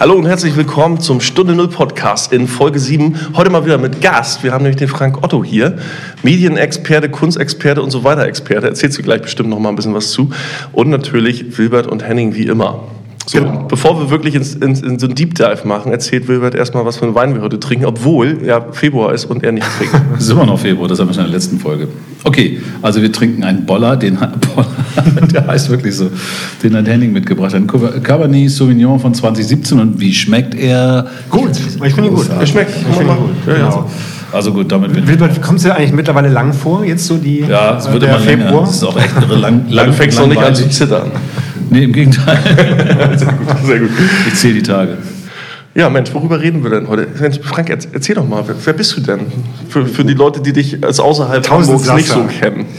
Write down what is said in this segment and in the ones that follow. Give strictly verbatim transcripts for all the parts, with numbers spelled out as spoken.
Hallo und herzlich willkommen zum Stunde Null Podcast in Folge sieben. Heute mal wieder mit Gast. Wir haben nämlich den Frank Otto hier. Medienexperte, Kunstexperte und so weiter Experte. Erzählst du gleich bestimmt noch mal ein bisschen was zu. Und natürlich Wilbert und Henning wie immer. So, genau. Bevor wir wirklich ins, ins, in so ein Deep Dive machen, erzählt Wilbert erstmal, was für einen Wein wir heute trinken, obwohl ja Februar ist und er nicht trinkt. Es ist immer noch Februar, das haben wir schon in der letzten Folge. Okay, also wir trinken einen Boller, den hat, Boller, der heißt wirklich so, den hat Henning mitgebracht. Ein Cabernet Sauvignon von zwanzig siebzehn. Und wie schmeckt er? Gut, ich finde ihn gut. Er schmeckt, ich finde ihn gut. Ja, genau. ja. Also gut, damit bin Wilbert, kommst du ja eigentlich mittlerweile lang vor, jetzt so die Ja, es wird der immer länger. Februar? Das ist auch echt lang, lang, Dann fängst du noch nicht an zu zittern. Nee, im Gegenteil. Sehr gut, sehr gut. Ich zähle die Tage. Ja, Mensch, worüber reden wir denn heute? Frank, erzähl doch mal, wer, wer bist du denn? Für, für die Leute, die dich als außerhalb Hamburgs nicht so kennen.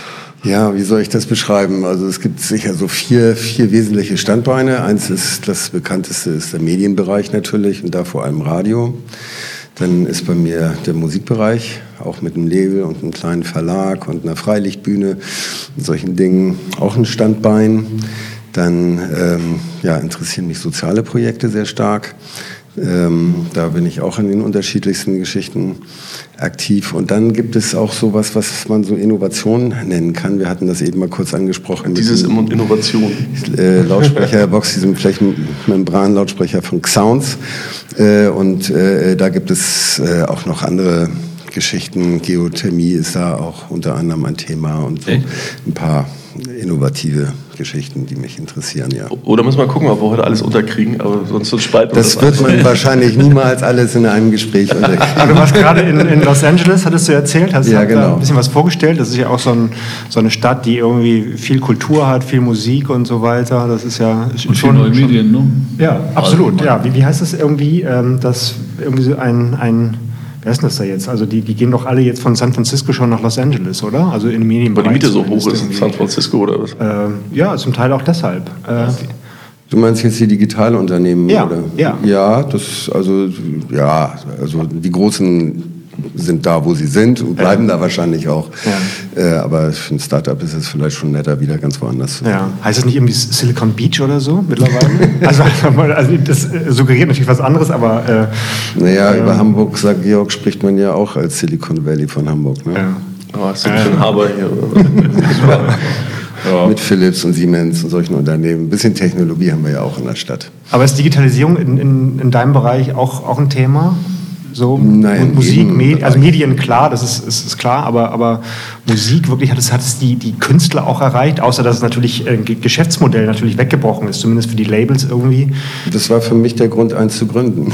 Ja, wie soll ich das beschreiben? Also es gibt sicher so vier, vier wesentliche Standbeine. Eins ist, das bekannteste ist der Medienbereich natürlich und da vor allem Radio. Dann ist bei mir der Musikbereich, auch mit einem Label und einem kleinen Verlag und einer Freilichtbühne und solchen Dingen, auch ein Standbein. Dann ähm, ja, interessieren mich soziale Projekte sehr stark. Ähm, da bin ich auch in den unterschiedlichsten Geschichten aktiv. Und dann gibt es auch sowas, was man so Innovation nennen kann. Wir hatten das eben mal kurz angesprochen. Dieses diesem, Innovation. Äh, Lautsprecherbox, diesem Flächenmembran-Lautsprecher von Xounds. Äh, und äh, da gibt es äh, auch noch andere Geschichten. Geothermie ist da auch unter anderem ein Thema und so ein paar innovative Geschichten, die mich interessieren, ja. Oder müssen wir gucken, ob wir heute alles unterkriegen, aber sonst spalten wir das. Das wird man wahrscheinlich niemals alles in einem Gespräch unterkriegen. Aber du warst gerade in, in Los Angeles, hattest du erzählt, hast ja, da genau. ein bisschen was vorgestellt. Das ist ja auch so, ein, so eine Stadt, die irgendwie viel Kultur hat, viel Musik und so weiter. Das ist ja und schon... viel neue Medien, ne? Ja, absolut. Ja. Wie, wie heißt das irgendwie, ähm, dass irgendwie so ein... ein Wer ist denn das da jetzt? Also die, die gehen doch alle jetzt von San Francisco schon nach Los Angeles, oder? Also in den Medienbereich. Weil die Miete so hoch ist in San Francisco, oder was? Äh, ja, zum Teil auch deshalb. Äh, Du meinst jetzt die Digitalunternehmen, ja, oder? Ja, ja. Das, also, ja, also die großen sind da, wo sie sind und bleiben ja. da wahrscheinlich auch. Ja. Äh, aber für ein Startup ist es vielleicht schon netter, wieder ganz woanders zu sein. Ja. Heißt das nicht irgendwie Silicon Beach oder so mittlerweile? also, also das suggeriert natürlich was anderes, aber... Äh, naja, äh, über Hamburg, sagt Georg, spricht man ja auch als Silicon Valley von Hamburg. Ne? Ja. Oh, ist ein bisschen Haber hier. Oder? Ja. Mit Philips und Siemens und solchen Unternehmen. Ein bisschen Technologie haben wir ja auch in der Stadt. Aber ist Digitalisierung in, in, in deinem Bereich auch, auch ein Thema? So Nein, Musik, Medien, also Medien, klar, das ist, ist, ist klar, aber, aber Musik, wirklich hat es, hat es die, die Künstler auch erreicht, außer dass es natürlich ein Geschäftsmodell natürlich weggebrochen ist, zumindest für die Labels irgendwie. Das war für mich der Grund, eins zu gründen.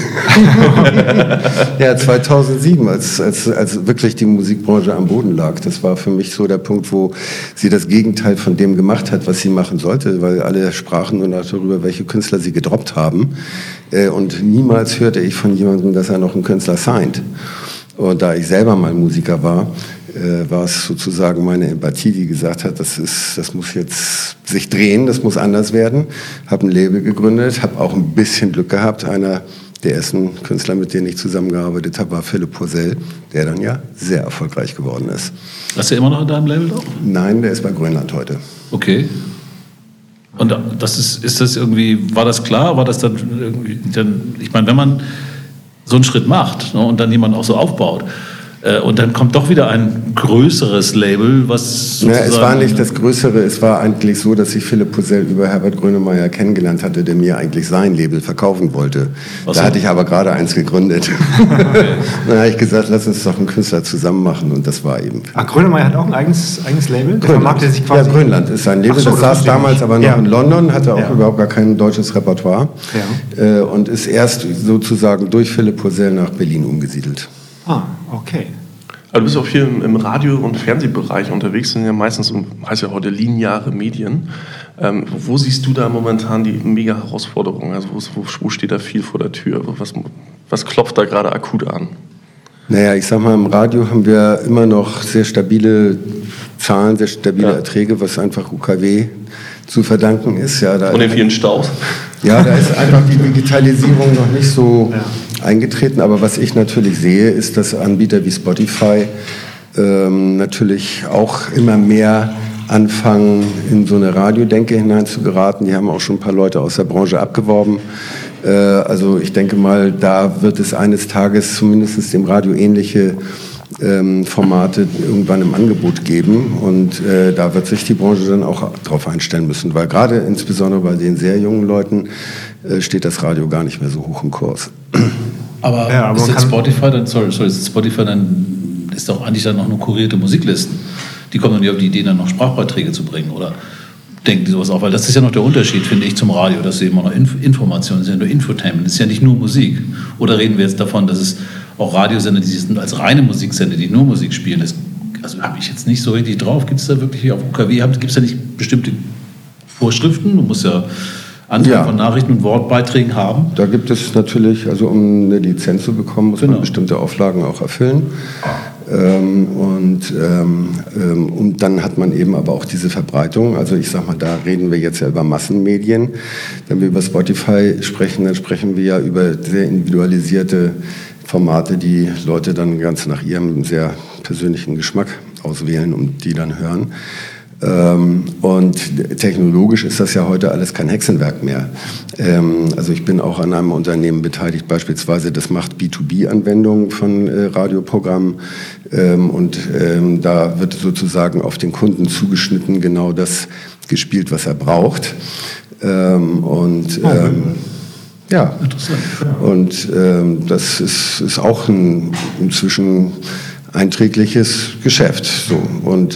Ja, zweitausendsieben, als, als, als wirklich die Musikbranche am Boden lag, das war für mich so der Punkt, wo sie das Gegenteil von dem gemacht hat, was sie machen sollte, weil alle sprachen nur darüber, welche Künstler sie gedroppt haben. Und niemals hörte ich von jemandem, dass er noch einen Künstler signed. Und da ich selber mal Musiker war, äh, war es sozusagen meine Empathie, die gesagt hat, das ist, das muss jetzt sich drehen, das muss anders werden. Habe ein Label gegründet, habe auch ein bisschen Glück gehabt. Einer der ersten Künstler, mit denen ich zusammengearbeitet habe, war Philipp Purcell, der dann ja sehr erfolgreich geworden ist. Ist er immer noch in deinem Label drauf? Nein, der ist bei Grönland heute. Okay. Und das ist, ist das irgendwie, war das klar? War das dann irgendwie, dann, ich meine, wenn man so einen Schritt macht, ne, und dann jemanden auch so aufbaut, äh, und dann kommt doch wieder ein größeres Label, was sozusagen... Ja, es war nicht das Größere, es war eigentlich so, dass ich Philipp Purcell über Herbert Grönemeyer kennengelernt hatte, der mir eigentlich sein Label verkaufen wollte. Was da so? Hatte ich aber gerade eins gegründet. Okay. Dann habe ich gesagt, lass uns doch einen Künstler zusammen machen, und das war eben... Ach, Grönemeyer hat auch ein eigenes, eigenes Label? Der vermarktet sich quasi... Ja, Grönland ist sein Label, so, das, das saß damals nicht. aber noch ja. in London, hatte auch ja. überhaupt gar kein deutsches Repertoire, ja. äh, und ist erst sozusagen durch Philipp Purcell nach Berlin umgesiedelt. Ah, okay. Also du bist auch viel im, im Radio- und Fernsehbereich unterwegs, sind ja meistens, heißt ja heute lineare Medien. Ähm, wo siehst du da momentan die mega Herausforderung? Also wo, wo steht da viel vor der Tür? Was, was klopft da gerade akut an? Naja, ich sag mal, im Radio haben wir immer noch sehr stabile Zahlen, sehr stabile ja. Erträge, was einfach U K W zu verdanken ist. Ja, da und den vielen Staus? Ja, da ist einfach die Digitalisierung noch nicht so ja. eingetreten. Aber was ich natürlich sehe, ist, dass Anbieter wie Spotify ähm, natürlich auch immer mehr anfangen, in so eine Radiodenke hineinzugeraten. Die haben auch schon ein paar Leute aus der Branche abgeworben, Äh, also ich denke mal, da wird es eines Tages zumindest dem Radio ähnliche ähm, Formate irgendwann im Angebot geben. Und äh, da wird sich die Branche dann auch drauf einstellen müssen. Weil gerade insbesondere bei den sehr jungen Leuten äh, steht das Radio gar nicht mehr so hoch im Kurs. Aber, ja, aber ist jetzt Spotify dann, sorry, sorry, ist Spotify dann, ist doch eigentlich dann auch nur kurierte Musiklisten. Die kommen dann nicht auf die Idee, dann noch Sprachbeiträge zu bringen, oder denken die sowas auch? Weil das ist ja noch der Unterschied, finde ich, zum Radio, dass eben auch noch Inf- Informationen, das ist ja nur Infotainment, das ist ja nicht nur Musik. Oder reden wir jetzt davon, dass es auch Radiosender, die sind als reine Musiksender, die nur Musik spielen, das, also habe ich jetzt nicht so richtig drauf. Gibt es da wirklich auf U K W, gibt es da nicht bestimmte Vorschriften? Du musst ja Anzahl ja. von Nachrichten und Wortbeiträgen haben? Da gibt es natürlich, also um eine Lizenz zu bekommen, muss genau. man bestimmte Auflagen auch erfüllen. Ähm, und, ähm, und dann hat man eben aber auch diese Verbreitung. Also ich sag mal, da reden wir jetzt ja über Massenmedien. Wenn wir über Spotify sprechen, dann sprechen wir ja über sehr individualisierte Formate, die Leute dann ganz nach ihrem sehr persönlichen Geschmack auswählen und die dann hören. Ähm, und technologisch ist das ja heute alles kein Hexenwerk mehr. Ähm, also ich bin auch an einem Unternehmen beteiligt, beispielsweise, das macht B zwei B-Anwendungen von äh, Radioprogrammen. Ähm, und ähm, da wird sozusagen auf den Kunden zugeschnitten genau das gespielt, was er braucht. Ähm, und ähm, ja, und ähm, das ist, ist auch ein inzwischen einträgliches Geschäft. So. Und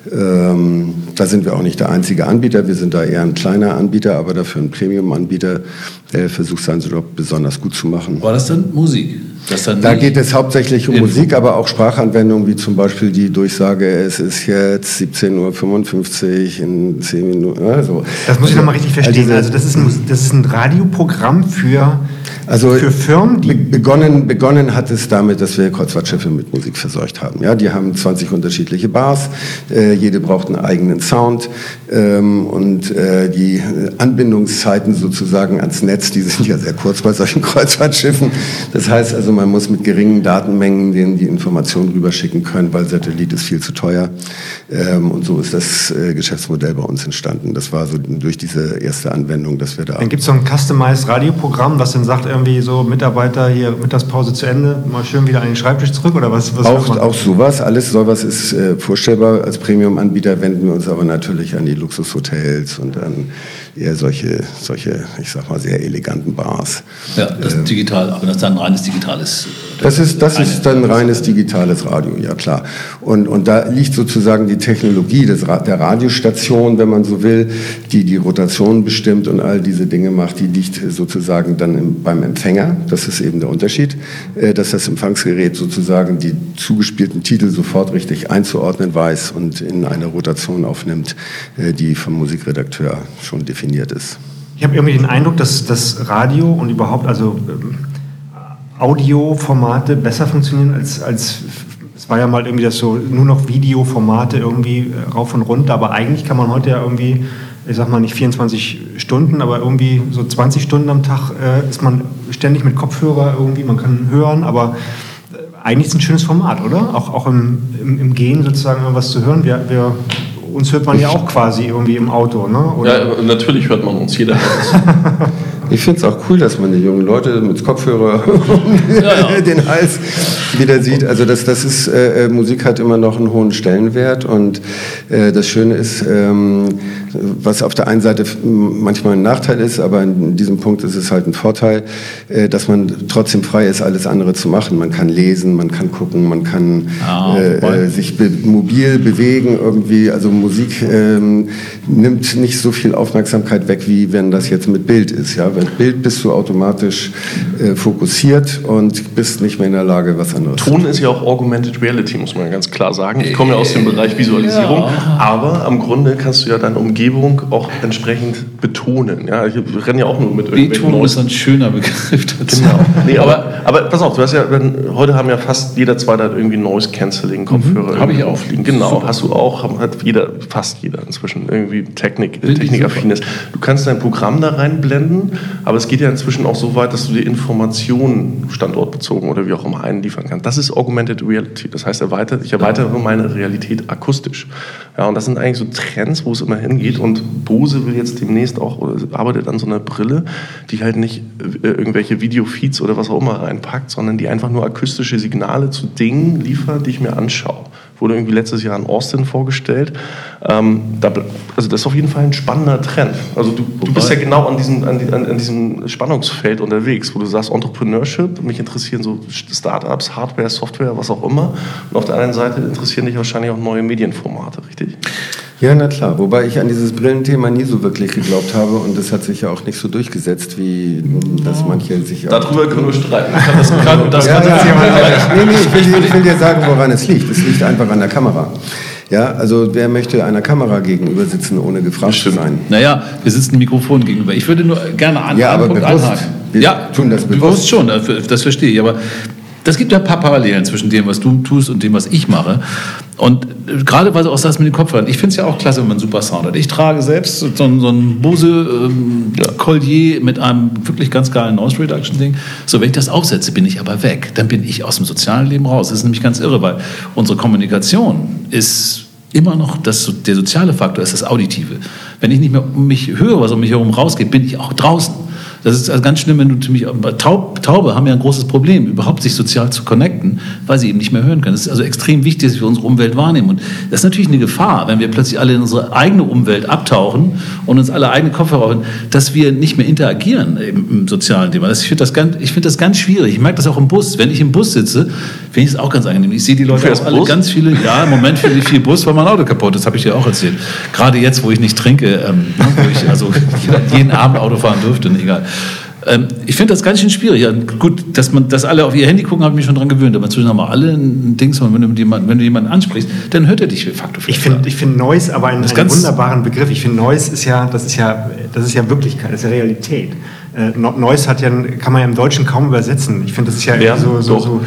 ähm, da sind wir auch nicht der einzige Anbieter, wir sind da eher ein kleiner Anbieter, aber dafür ein Premium-Anbieter, der versucht, seinen Job besonders gut zu machen. War das dann Musik? Das dann da geht es hauptsächlich um Musik, aber auch Sprachanwendungen, wie zum Beispiel die Durchsage, es ist jetzt siebzehn Uhr fünfundfünfzig in zehn Minuten. Also, das muss ich nochmal richtig verstehen. Also das ist ein, das ist ein Radioprogramm für, also für Firmen, die... Begonnen, begonnen hat es damit, dass wir Kreuzfahrtschiffe mit Musik verseucht haben. Ja, die haben zwanzig unterschiedliche Bars, äh, jede braucht einen eigenen Sound ähm, und äh, die Anbindungszeiten sozusagen ans Netz, die sind ja sehr kurz bei solchen Kreuzfahrtschiffen. Das heißt also, man muss mit geringen Datenmengen denen die Informationen rüberschicken können, weil Satellit ist viel zu teuer. Ähm, und so ist das äh, Geschäftsmodell bei uns entstanden. Das war so durch diese erste Anwendung, dass wir da... Dann gibt es so ein Customized Radioprogramm, was dann sagt irgendwie so, Mitarbeiter, hier Mittagspause zu Ende, mal schön wieder an den Schreibtisch zurück, oder was? was auch, auch sowas, alles sowas ist äh, vorstellbar. Als Premium-Anbieter wenden wir uns aber natürlich an die Luxushotels und an eher solche, solche, ich sag mal, sehr eleganten Bars. Ja, das ist digital, aber das ist dann ein reines digitales... Das ist, das ist dann reines digitales Radio, ja klar. Und, und da liegt sozusagen die Technologie des, der Radiostation, wenn man so will, die die Rotation bestimmt und all diese Dinge macht, die liegt sozusagen dann im, beim Empfänger. Das ist eben der Unterschied, äh, dass das Empfangsgerät sozusagen die zugespielten Titel sofort richtig einzuordnen weiß und in eine Rotation aufnimmt, äh, die vom Musikredakteur schon definiert ist. Ich habe irgendwie den Eindruck, dass das Radio und überhaupt, also ähm, Audioformate besser funktionieren als, als, es war ja mal irgendwie das so, nur noch Videoformate irgendwie rauf und runter, aber eigentlich kann man heute ja irgendwie, ich sag mal nicht vierundzwanzig Stunden, aber irgendwie so zwanzig Stunden am Tag äh, ist man ständig mit Kopfhörer irgendwie, man kann hören, aber äh, eigentlich ist es ein schönes Format, oder? Auch, auch im, im, im Gehen sozusagen was zu hören. Wir, wir, uns hört man ja auch quasi irgendwie im Auto, ne? Oder? Ja, natürlich hört man uns, jeder hört uns. Ich finde es auch cool, dass man die jungen Leute mit Kopfhörer ja, ja. den Hals wieder sieht. Also das, das ist, äh, Musik hat immer noch einen hohen Stellenwert und äh, das Schöne ist, ähm, was auf der einen Seite manchmal ein Nachteil ist, aber in diesem Punkt ist es halt ein Vorteil, äh, dass man trotzdem frei ist, alles andere zu machen. Man kann lesen, man kann gucken, man kann oh, äh, sich be- mobil bewegen irgendwie. Also Musik äh, nimmt nicht so viel Aufmerksamkeit weg, wie wenn das jetzt mit Bild ist, ja. Mit Bild bist du automatisch äh, fokussiert und bist nicht mehr in der Lage, was anderes Ton zu tun. Ist ja auch Augmented Reality, muss man ganz klar sagen. Ich komme ja aus dem Bereich Visualisierung, ja. aber am Grunde kannst du ja deine Umgebung auch entsprechend betonen. Ja, ich renne ja auch nur mit irgendwelchen Beton ist ein schöner Begriff dazu. Genau. Nee, aber, aber pass auf, du hast ja, heute haben ja fast jeder Zweite hat irgendwie Noise Cancelling Kopfhörer. Mhm. Habe ich auch. Fliegen. Genau, super. Hast du auch, hat jeder, fast jeder inzwischen irgendwie Technik, technikaffin ist. Du kannst dein Programm da reinblenden, aber es geht ja inzwischen auch so weit, dass du dir Informationen standortbezogen oder wie auch immer einliefern kannst. Das ist Augmented Reality. Das heißt, erweitert, ich erweitere meine Realität akustisch. Ja, und das sind eigentlich so Trends, wo es immer hingeht. geht und Bose will jetzt demnächst auch, oder arbeitet an so einer Brille, die halt nicht äh, irgendwelche Videofeeds oder was auch immer reinpackt, sondern die einfach nur akustische Signale zu Dingen liefert, die ich mir anschaue. Wurde irgendwie letztes Jahr in Austin vorgestellt. Ähm, da, also das ist auf jeden Fall ein spannender Trend. Also du, du bist ja genau an diesem, an, an, an diesem Spannungsfeld unterwegs, wo du sagst Entrepreneurship, mich interessieren so Startups, Hardware, Software, was auch immer. Und auf der anderen Seite interessieren dich wahrscheinlich auch neue Medienformate, richtig? Ja, na klar. Wobei ich an dieses Brillenthema nie so wirklich geglaubt habe und das hat sich ja auch nicht so durchgesetzt, wie das manche sich auch... Darüber können wir streiten. Das kann, das ja, kann ja, das ja, ja. Nee, nee, ich will, dir, ich will dir sagen, woran es liegt. Es liegt einfach an der Kamera. Ja, also wer möchte einer Kamera gegenüber sitzen, ohne gefragt zu sein? Naja, wir sitzen Mikrofon gegenüber. Ich würde nur gerne an ja, einen aber Punkt bewusst. anhaken. Wir Ja, tun das bewusst. bewusst schon, das, das verstehe ich. Aber das gibt ja ein paar Parallelen zwischen dem, was du tust und dem, was ich mache. Und gerade weil du auch sagst mit den Kopfhörern, ich finde es ja auch klasse, wenn man einen super Sound hat. Ich trage selbst so, so ein Bose ähm, Collier mit einem wirklich ganz geilen Noise Reduction Ding. So, wenn ich das aufsetze, bin ich aber weg. Dann bin ich aus dem sozialen Leben raus. Das ist nämlich ganz irre, weil unsere Kommunikation ist immer noch das, der soziale Faktor, ist das Auditive. Wenn ich nicht mehr um mich höre, was um mich herum rausgeht, bin ich auch draußen. Das ist also ganz schlimm, wenn du mich, Taub, Taube haben ja ein großes Problem, überhaupt sich sozial zu connecten, weil sie eben nicht mehr hören können. Es ist also extrem wichtig, dass wir unsere Umwelt wahrnehmen. Und das ist natürlich eine Gefahr, wenn wir plötzlich alle in unsere eigene Umwelt abtauchen und uns alle eigene Kopfhörer haben, dass wir nicht mehr interagieren im, im sozialen Thema. Das, ich finde das, ganz, ich find das ganz schwierig. Ich merke das auch im Bus. Wenn ich im Bus sitze, finde ich es auch ganz angenehm. Ich sehe die Leute auch alle Bus? ganz viele, ja, im Moment finde ich viel Bus, weil mein Auto kaputt ist, habe ich dir auch erzählt. Gerade jetzt, wo ich nicht trinke, ähm, wo ich also jeden Abend Auto fahren dürfte, egal. Ähm, ich finde das ganz schön schwierig. Ja, gut, dass man, dass alle auf ihr Handy gucken, habe ich mich schon dran gewöhnt. Aber inzwischen haben wir alle ein Ding, wenn du jemanden, wenn du jemanden ansprichst, dann hört er dich de facto. Ich finde, ich finde Noise aber einen, einen wunderbaren Begriff. Ich finde Noise ist ja, das ist ja, das ist ja Wirklichkeit, das ist ja Realität. Äh, Noise hat ja, kann man ja im Deutschen kaum übersetzen. Ich finde, das ist ja Lärm, so, so, so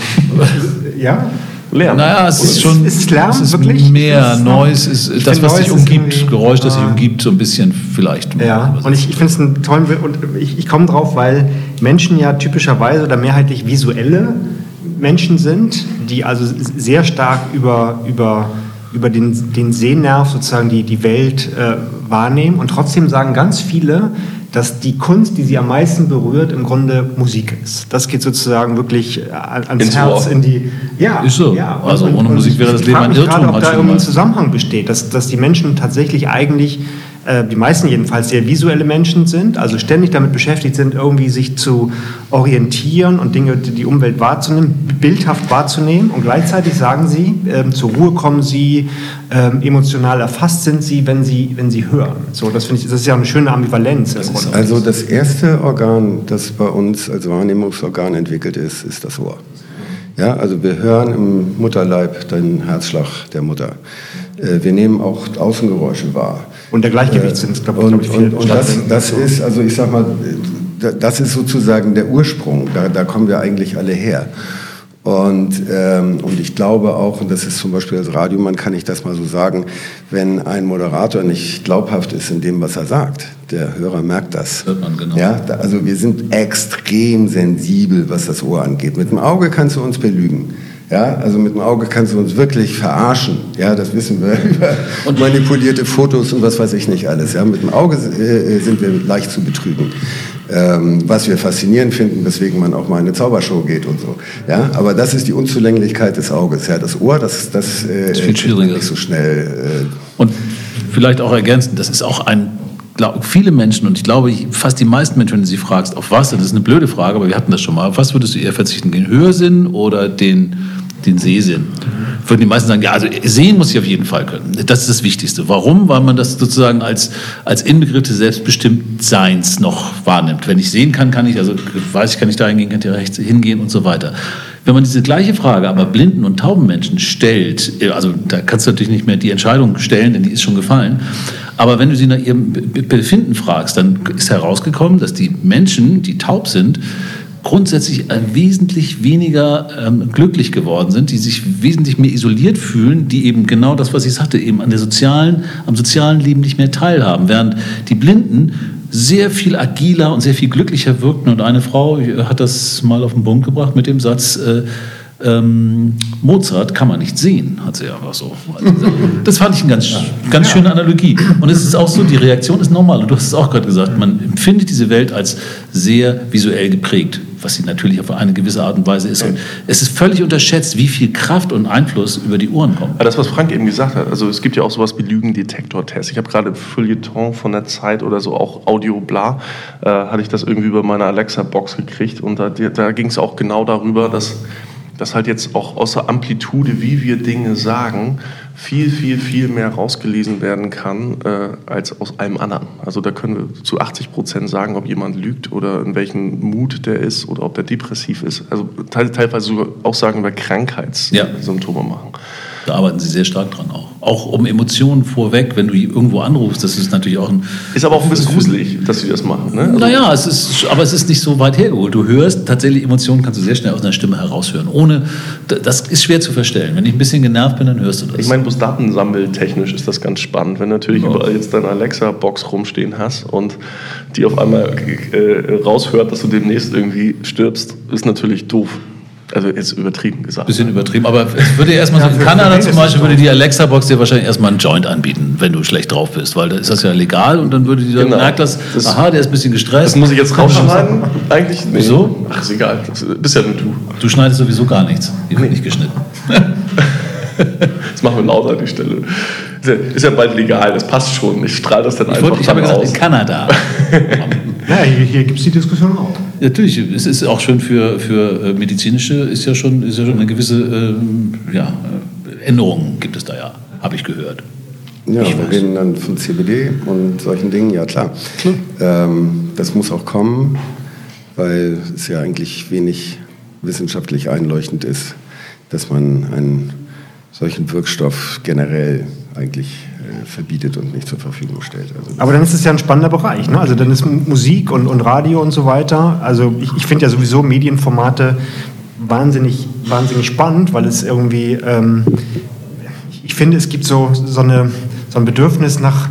ja. Lärm. Naja, es ist schon ist es Lärm, es ist wirklich? mehr. Ist es Noise ist ich das, was Noise dich umgibt, ist Geräusch, das ah. dich umgibt, so ein bisschen vielleicht. Ja, und ich, ich finde es einen tollen, und ich, ich komme drauf, weil Menschen ja typischerweise oder mehrheitlich visuelle Menschen sind, die also sehr stark über, über, über den, den Sehnerv sozusagen die, die Welt äh, wahrnehmen, und trotzdem sagen ganz viele, dass die Kunst, die sie am meisten berührt, im Grunde Musik ist. Das geht sozusagen wirklich ans Ins Herz, Ohr. In die... Ja, ist so. Ja, und, also ohne und, Musik wäre das Leben ein Irrtum. Ich frage mich gerade, ob da irgendwie ein Zusammenhang besteht, dass, dass die Menschen tatsächlich eigentlich, äh, die meisten jedenfalls, sehr visuelle Menschen sind, also ständig damit beschäftigt sind, irgendwie sich zu orientieren und Dinge, die Umwelt wahrzunehmen, bildhaft wahrzunehmen, und gleichzeitig sagen sie, äh, zur Ruhe kommen sie, äh, emotional erfasst sind sie, wenn sie, wenn sie hören. So, das finde ich, das ist ja eine schöne Ambivalenz. Also das erste Organ, das bei uns als Wahrnehmungsorgan entwickelt ist, ist das Ohr. Ja, also wir hören im Mutterleib den Herzschlag der Mutter. Wir nehmen auch Außengeräusche wahr. Und der Gleichgewichtssinn ist, glaube ich, viel. Und, und das, das ist, also ich sag mal, das ist sozusagen der Ursprung. Da, da kommen wir eigentlich alle her. Und, ähm, und ich glaube auch, und das ist zum Beispiel als Radiomann, kann ich das mal so sagen, wenn ein Moderator nicht glaubhaft ist in dem, was er sagt, der Hörer merkt das. Hört man, genau. Ja, da, also wir sind extrem sensibel, was das Ohr angeht. Mit dem Auge kannst du uns belügen. Ja, also mit dem Auge kannst du uns wirklich verarschen. Ja, das wissen wir über und manipulierte Fotos und was weiß ich nicht alles. Ja, mit dem Auge äh, sind wir leicht zu betrügen. Ähm, was wir faszinierend finden, weswegen man auch mal in eine Zaubershow geht und so. Ja, aber das ist die Unzulänglichkeit des Auges. Ja, das Ohr, das, das, äh, das ist viel schwieriger. Nicht so schnell. Äh und vielleicht auch ergänzend, das ist auch ein, glaub, viele Menschen, und ich glaube, fast die meisten Menschen, wenn du sie fragst, auf was, das ist eine blöde Frage, aber wir hatten das schon mal, auf was würdest du eher verzichten, den Hörsinn oder den, den Sehsinn? Würden die meisten sagen, ja, also sehen muss ich auf jeden Fall können. Das ist das Wichtigste. Warum? Weil man das sozusagen als, als Inbegriff des Selbstbestimmtseins noch wahrnimmt. Wenn ich sehen kann, kann ich, also weiß ich, kann ich da hingehen, kann ich da rechts hingehen und so weiter. Wenn man diese gleiche Frage aber blinden und tauben Menschen stellt, also da kannst du natürlich nicht mehr die Entscheidung stellen, denn die ist schon gefallen, aber wenn du sie nach ihrem Befinden fragst, dann ist herausgekommen, dass die Menschen, die taub sind, grundsätzlich wesentlich weniger ähm, glücklich geworden sind, die sich wesentlich mehr isoliert fühlen, die eben genau das, was ich sagte, eben an der sozialen, am sozialen Leben nicht mehr teilhaben, während die Blinden sehr viel agiler und sehr viel glücklicher wirkten. Und eine Frau hat das mal auf den Punkt gebracht mit dem Satz, äh, ähm, Mozart kann man nicht sehen, hat sie einfach so. Also, das fand ich eine ganz, ganz schöne Analogie. Und es ist auch so, die Reaktion ist normal. Und du hast es auch gerade gesagt, man empfindet diese Welt als sehr visuell geprägt, was sie natürlich auf eine gewisse Art und Weise ist. Und es ist völlig unterschätzt, wie viel Kraft und Einfluss über die Ohren kommt. Aber das, was Frank eben gesagt hat, also es gibt ja auch sowas wie Lügendetektor-Tests. Ich habe gerade im Feuilleton von der Zeit oder so, auch Audio bla, äh, hatte ich das irgendwie über meine Alexa-Box gekriegt. Und da, da ging es auch genau darüber, dass, dass halt jetzt auch aus der Amplitude, wie wir Dinge sagen, viel, viel, viel mehr rausgelesen werden kann äh, als aus allem anderen. Also da können wir zu achtzig Prozent sagen, ob jemand lügt oder in welchem Mut der ist oder ob der depressiv ist. Also teil, teilweise sogar auch sagen, über Krankheitssymptome ja. machen. Da arbeiten Sie sehr stark dran auch. Auch um Emotionen vorweg, wenn du irgendwo anrufst, das ist natürlich auch ein... Ist aber auch ein bisschen gruselig, dass Sie das machen, ne? Also naja, es ist, aber es ist nicht so weit hergeholt. Du hörst tatsächlich Emotionen, kannst du sehr schnell aus einer Stimme heraushören. Ohne, das ist schwer zu verstellen. Wenn ich ein bisschen genervt bin, dann hörst du das. Ich meine, bloß datensammeltechnisch ist das ganz spannend. Wenn du natürlich ja. überall jetzt deine Alexa-Box rumstehen hast und die auf einmal äh, raushört, dass du demnächst irgendwie stirbst, ist natürlich doof. Also jetzt übertrieben gesagt. Bisschen übertrieben, aber es würde erstmal so, in Kanada zum Beispiel würde die Alexa-Box dir wahrscheinlich erstmal einen Joint anbieten, wenn du schlecht drauf bist, weil da ist das ja legal und dann würde die dann genau. merken, dass, das, aha, der ist ein bisschen gestresst. Das muss ich jetzt rausschneiden? Eigentlich? Nee. Wieso? Ach, ist egal, das bist ja nur du. Du schneidest sowieso gar nichts, die wird nicht geschnitten. Das machen wir lauter an die Stelle. Ist ja bald legal, das passt schon. Ich strahle das dann ich einfach wollte, Ich habe gesagt, aus. In Kanada. Ja, hier, hier gibt es die Diskussion auch. Natürlich, es ist auch schön für, für medizinische, ist ja schon, ist ja schon eine gewisse äh, ja, Änderung gibt es da ja, habe ich gehört. Ja, ich wir weiß. reden dann von C B D und solchen Dingen, ja klar. klar. Ähm, das muss auch kommen, weil es ja eigentlich wenig wissenschaftlich einleuchtend ist, dass man einen solchen Wirkstoff generell eigentlich äh, verbietet und nicht zur Verfügung stellt. Also aber dann ist es ja ein spannender Bereich, ne? Also dann ist Musik und, und Radio und so weiter. Also ich, ich finde ja sowieso Medienformate wahnsinnig, wahnsinnig spannend, weil es irgendwie, ähm, ich finde, es gibt so, so, eine, so ein Bedürfnis nach,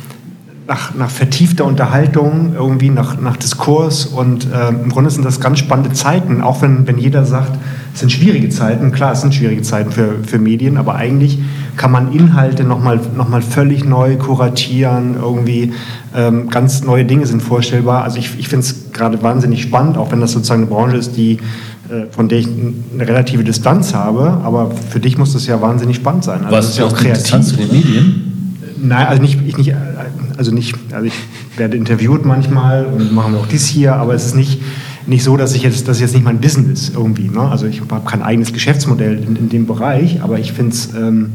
nach, nach vertiefter Unterhaltung, irgendwie nach, nach Diskurs und äh, im Grunde sind das ganz spannende Zeiten, auch wenn, wenn jeder sagt, es sind schwierige Zeiten, klar, es sind schwierige Zeiten für, für Medien, aber eigentlich kann man Inhalte nochmal noch mal völlig neu kuratieren, irgendwie ähm, ganz neue Dinge sind vorstellbar. Also ich, ich finde es gerade wahnsinnig spannend, auch wenn das sozusagen eine Branche ist, die, äh, von der ich eine relative Distanz habe, aber für dich muss das ja wahnsinnig spannend sein. Also was ist ja auch kreativ. Distanz zu den Medien? Nein, also nicht, ich nicht, also nicht, also ich werde interviewt manchmal und machen wir auch dies hier, aber es ist nicht, nicht so, dass ich jetzt, dass jetzt nicht mein Business irgendwie, ne? Also ich habe kein eigenes Geschäftsmodell in, in dem Bereich, aber ich finde es ähm,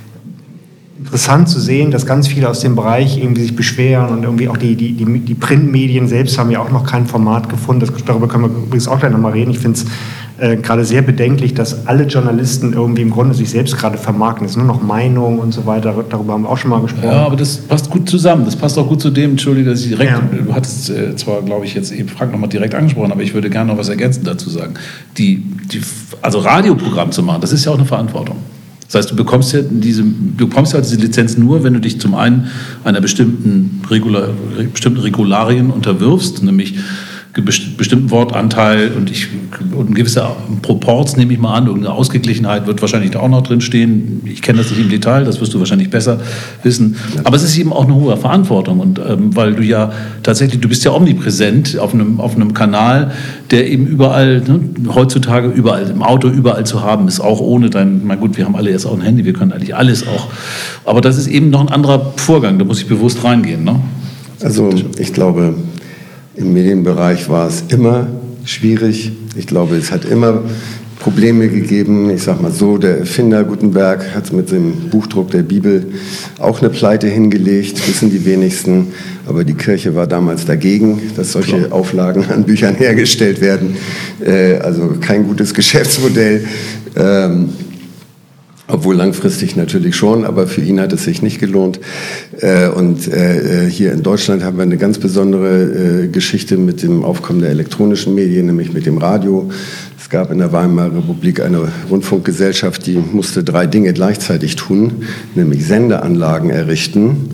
interessant zu sehen, dass ganz viele aus dem Bereich irgendwie sich beschweren und irgendwie auch die, die, die, die Printmedien selbst haben ja auch noch kein Format gefunden. Das, darüber können wir übrigens auch gleich nochmal reden. Ich finde es äh, gerade sehr bedenklich, dass alle Journalisten irgendwie im Grunde sich selbst gerade vermarkten. Es ist nur noch Meinung und so weiter. Darüber haben wir auch schon mal gesprochen. Ja, aber das passt gut zusammen. Das passt auch gut zu dem, Entschuldige, dass ich direkt, ja. Du hattest äh, zwar, glaube ich, jetzt eben Frank nochmal direkt angesprochen, aber ich würde gerne noch was ergänzend dazu sagen. Die, die, also Radioprogramm zu machen, das ist ja auch eine Verantwortung. Das heißt, du bekommst ja diese, du bekommst ja diese Lizenz nur, wenn du dich zum einen einer bestimmten, Regular, bestimmten Regularien unterwirfst, nämlich bestimmten Wortanteil und, ich, und ein gewisser Proports, nehme ich mal an, irgendeine Ausgeglichenheit wird wahrscheinlich da auch noch drin stehen. Ich kenne das nicht im Detail, das wirst du wahrscheinlich besser wissen. Aber es ist eben auch eine hohe Verantwortung, und ähm, weil du ja tatsächlich, du bist ja omnipräsent auf einem, auf einem Kanal, der eben überall, ne, heutzutage überall, im Auto überall zu haben ist, auch ohne dein, na gut, wir haben alle jetzt auch ein Handy, wir können eigentlich alles auch. Aber das ist eben noch ein anderer Vorgang, da muss ich bewusst reingehen. Ne? Also ich glaube, im Medienbereich war es immer schwierig. Ich glaube, es hat immer Probleme gegeben. Ich sage mal so, der Erfinder Gutenberg hat mit dem Buchdruck der Bibel auch eine Pleite hingelegt, wissen die wenigsten. Aber die Kirche war damals dagegen, dass solche Klar. Auflagen an Büchern hergestellt werden. Äh, also kein gutes Geschäftsmodell. Ähm, Obwohl langfristig natürlich schon, aber für ihn hat es sich nicht gelohnt. Und hier in Deutschland haben wir eine ganz besondere Geschichte mit dem Aufkommen der elektronischen Medien, nämlich mit dem Radio. Es gab in der Weimarer Republik eine Rundfunkgesellschaft, die musste drei Dinge gleichzeitig tun, nämlich Sendeanlagen errichten,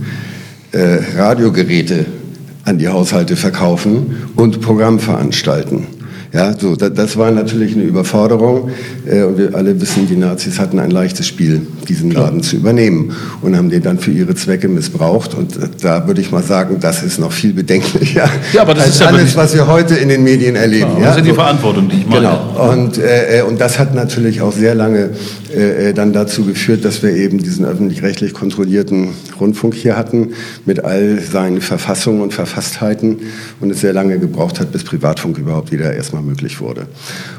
Radiogeräte an die Haushalte verkaufen und Programm veranstalten. Ja, so, das, das war natürlich eine Überforderung äh, und wir alle wissen, die Nazis hatten ein leichtes Spiel, diesen Laden zu übernehmen und haben den dann für ihre Zwecke missbraucht und äh, da würde ich mal sagen, das ist noch viel bedenklicher ja, aber das als ist ja alles, was wir heute in den Medien erleben. Ja, ja? Das ist ja die so, Verantwortung, die ich meine. Genau, und, äh, und das hat natürlich auch sehr lange äh, dann dazu geführt, dass wir eben diesen öffentlich-rechtlich kontrollierten Rundfunk hier hatten, mit all seinen Verfassungen und Verfasstheiten und es sehr lange gebraucht hat, bis Privatfunk überhaupt wieder erstmal möglich wurde.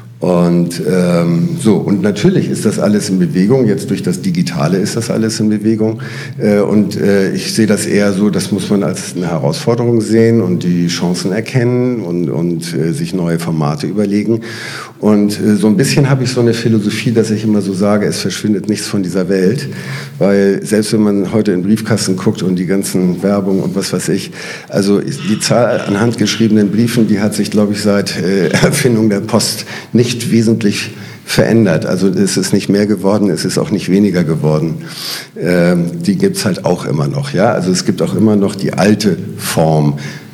Und ähm, so, und natürlich ist das alles in Bewegung, jetzt durch das Digitale ist das alles in Bewegung äh, und äh, ich sehe das eher so, das muss man als eine Herausforderung sehen und die Chancen erkennen und, und äh, sich neue Formate überlegen und äh, so ein bisschen habe ich so eine Philosophie, dass ich immer so sage, es verschwindet nichts von dieser Welt, weil selbst wenn man heute in den Briefkasten guckt und die ganzen Werbung und was weiß ich, also die Zahl an handgeschriebenen Briefen, die hat sich, glaube ich, seit äh, Erfindung der Post nicht nicht wesentlich verändert. Also es ist nicht mehr geworden, es ist auch nicht weniger geworden. Ähm, die gibt es halt auch immer noch. Ja? Also es gibt auch immer noch die alte Form.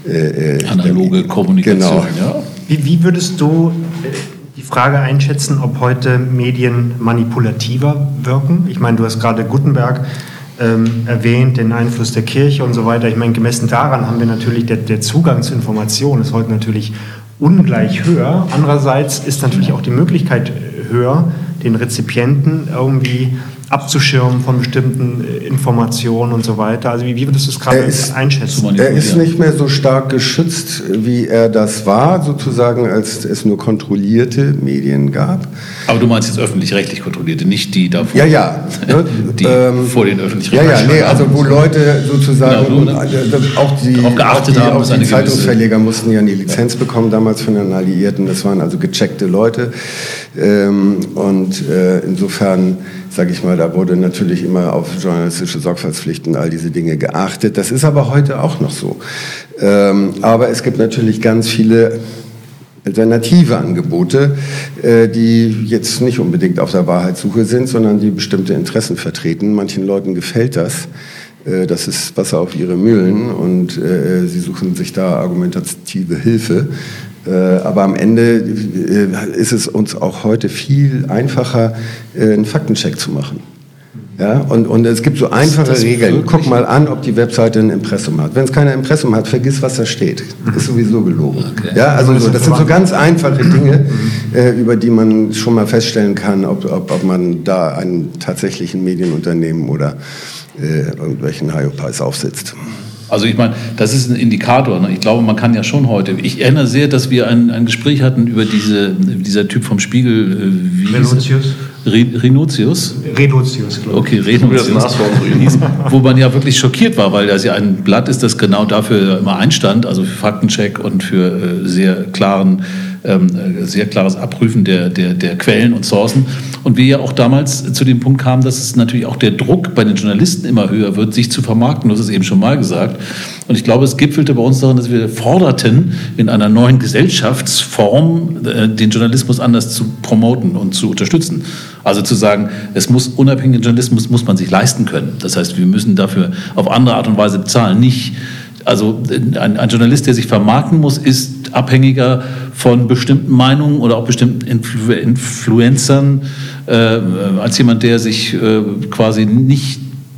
Äh, Analoge Kommunikation. Genau. Ja. Wie, wie würdest du die Frage einschätzen, ob heute Medien manipulativer wirken? Ich meine, du hast gerade Gutenberg ähm, erwähnt, den Einfluss der Kirche und so weiter. Ich meine, gemessen daran haben wir natürlich, der, der Zugang zu Informationen ist heute natürlich ungleich höher. Andererseits ist natürlich auch die Möglichkeit höher, den Rezipienten irgendwie abzuschirmen von bestimmten Informationen und so weiter. Also wie, wie würdest du es gerade einschätzen? Er ist nicht mehr so stark geschützt, wie er das war, sozusagen, als es nur kontrollierte Medien gab. Aber du meinst jetzt öffentlich-rechtlich kontrollierte, nicht die davor? Ja, ja. die ähm, vor den öffentlich-rechtlichen. Ja, ja, nee, also wo Leute sozusagen, genau, so, auch die, geachtet auch die, haben, auch die Zeitungsverleger mussten ja eine Lizenz bekommen, damals von den Alliierten. Das waren also gecheckte Leute. Ähm, und äh, insofern, sage ich mal, da wurde natürlich immer auf journalistische Sorgfaltspflichten, all diese Dinge geachtet. Das ist aber heute auch noch so. Ähm, aber es gibt natürlich ganz viele alternative Angebote, äh, die jetzt nicht unbedingt auf der Wahrheitssuche sind, sondern die bestimmte Interessen vertreten. Manchen Leuten gefällt das. Äh, das ist Wasser auf ihre Mühlen und äh, sie suchen sich da argumentative Hilfe. Aber am Ende ist es uns auch heute viel einfacher, einen Faktencheck zu machen. Ja, und, und es gibt so einfache Regeln. Guck mal an, ob die Webseite ein Impressum hat. Wenn es kein Impressum hat, vergiss, was da steht. Ist sowieso gelogen. Okay. Ja, also so, das sind so ganz einfache Dinge, äh, über die man schon mal feststellen kann, ob, ob, ob man da einem tatsächlichen Medienunternehmen oder äh, irgendwelchen Hyopies aufsitzt. Also ich meine, das ist ein Indikator. Ne? Ich glaube, man kann ja schon heute... Ich erinnere sehr, dass wir ein, ein Gespräch hatten über diese, dieser Typ vom Spiegel... Äh, wie Renuncius. Re, Renuncius? Renuncius, glaube ich. Okay, Renuncius. Wo man ja wirklich schockiert war, weil das ja ein Blatt ist, das genau dafür immer einstand, also für Faktencheck und für äh, sehr klaren... Ähm, sehr klares Abprüfen der, der, der Quellen und Sourcen. Und wir ja auch damals zu dem Punkt kamen, dass es natürlich auch der Druck bei den Journalisten immer höher wird, sich zu vermarkten. Du hast es eben schon mal gesagt. Und ich glaube, es gipfelte bei uns darin, dass wir forderten, in einer neuen Gesellschaftsform äh, den Journalismus anders zu promoten und zu unterstützen. Also zu sagen, es muss unabhängigen Journalismus muss man sich leisten können. Das heißt, wir müssen dafür auf andere Art und Weise bezahlen. Nicht, also ein, ein Journalist, der sich vermarkten muss, ist abhängiger von bestimmten Meinungen oder auch bestimmten Influ- Influencern äh, als jemand, der sich äh, quasi nicht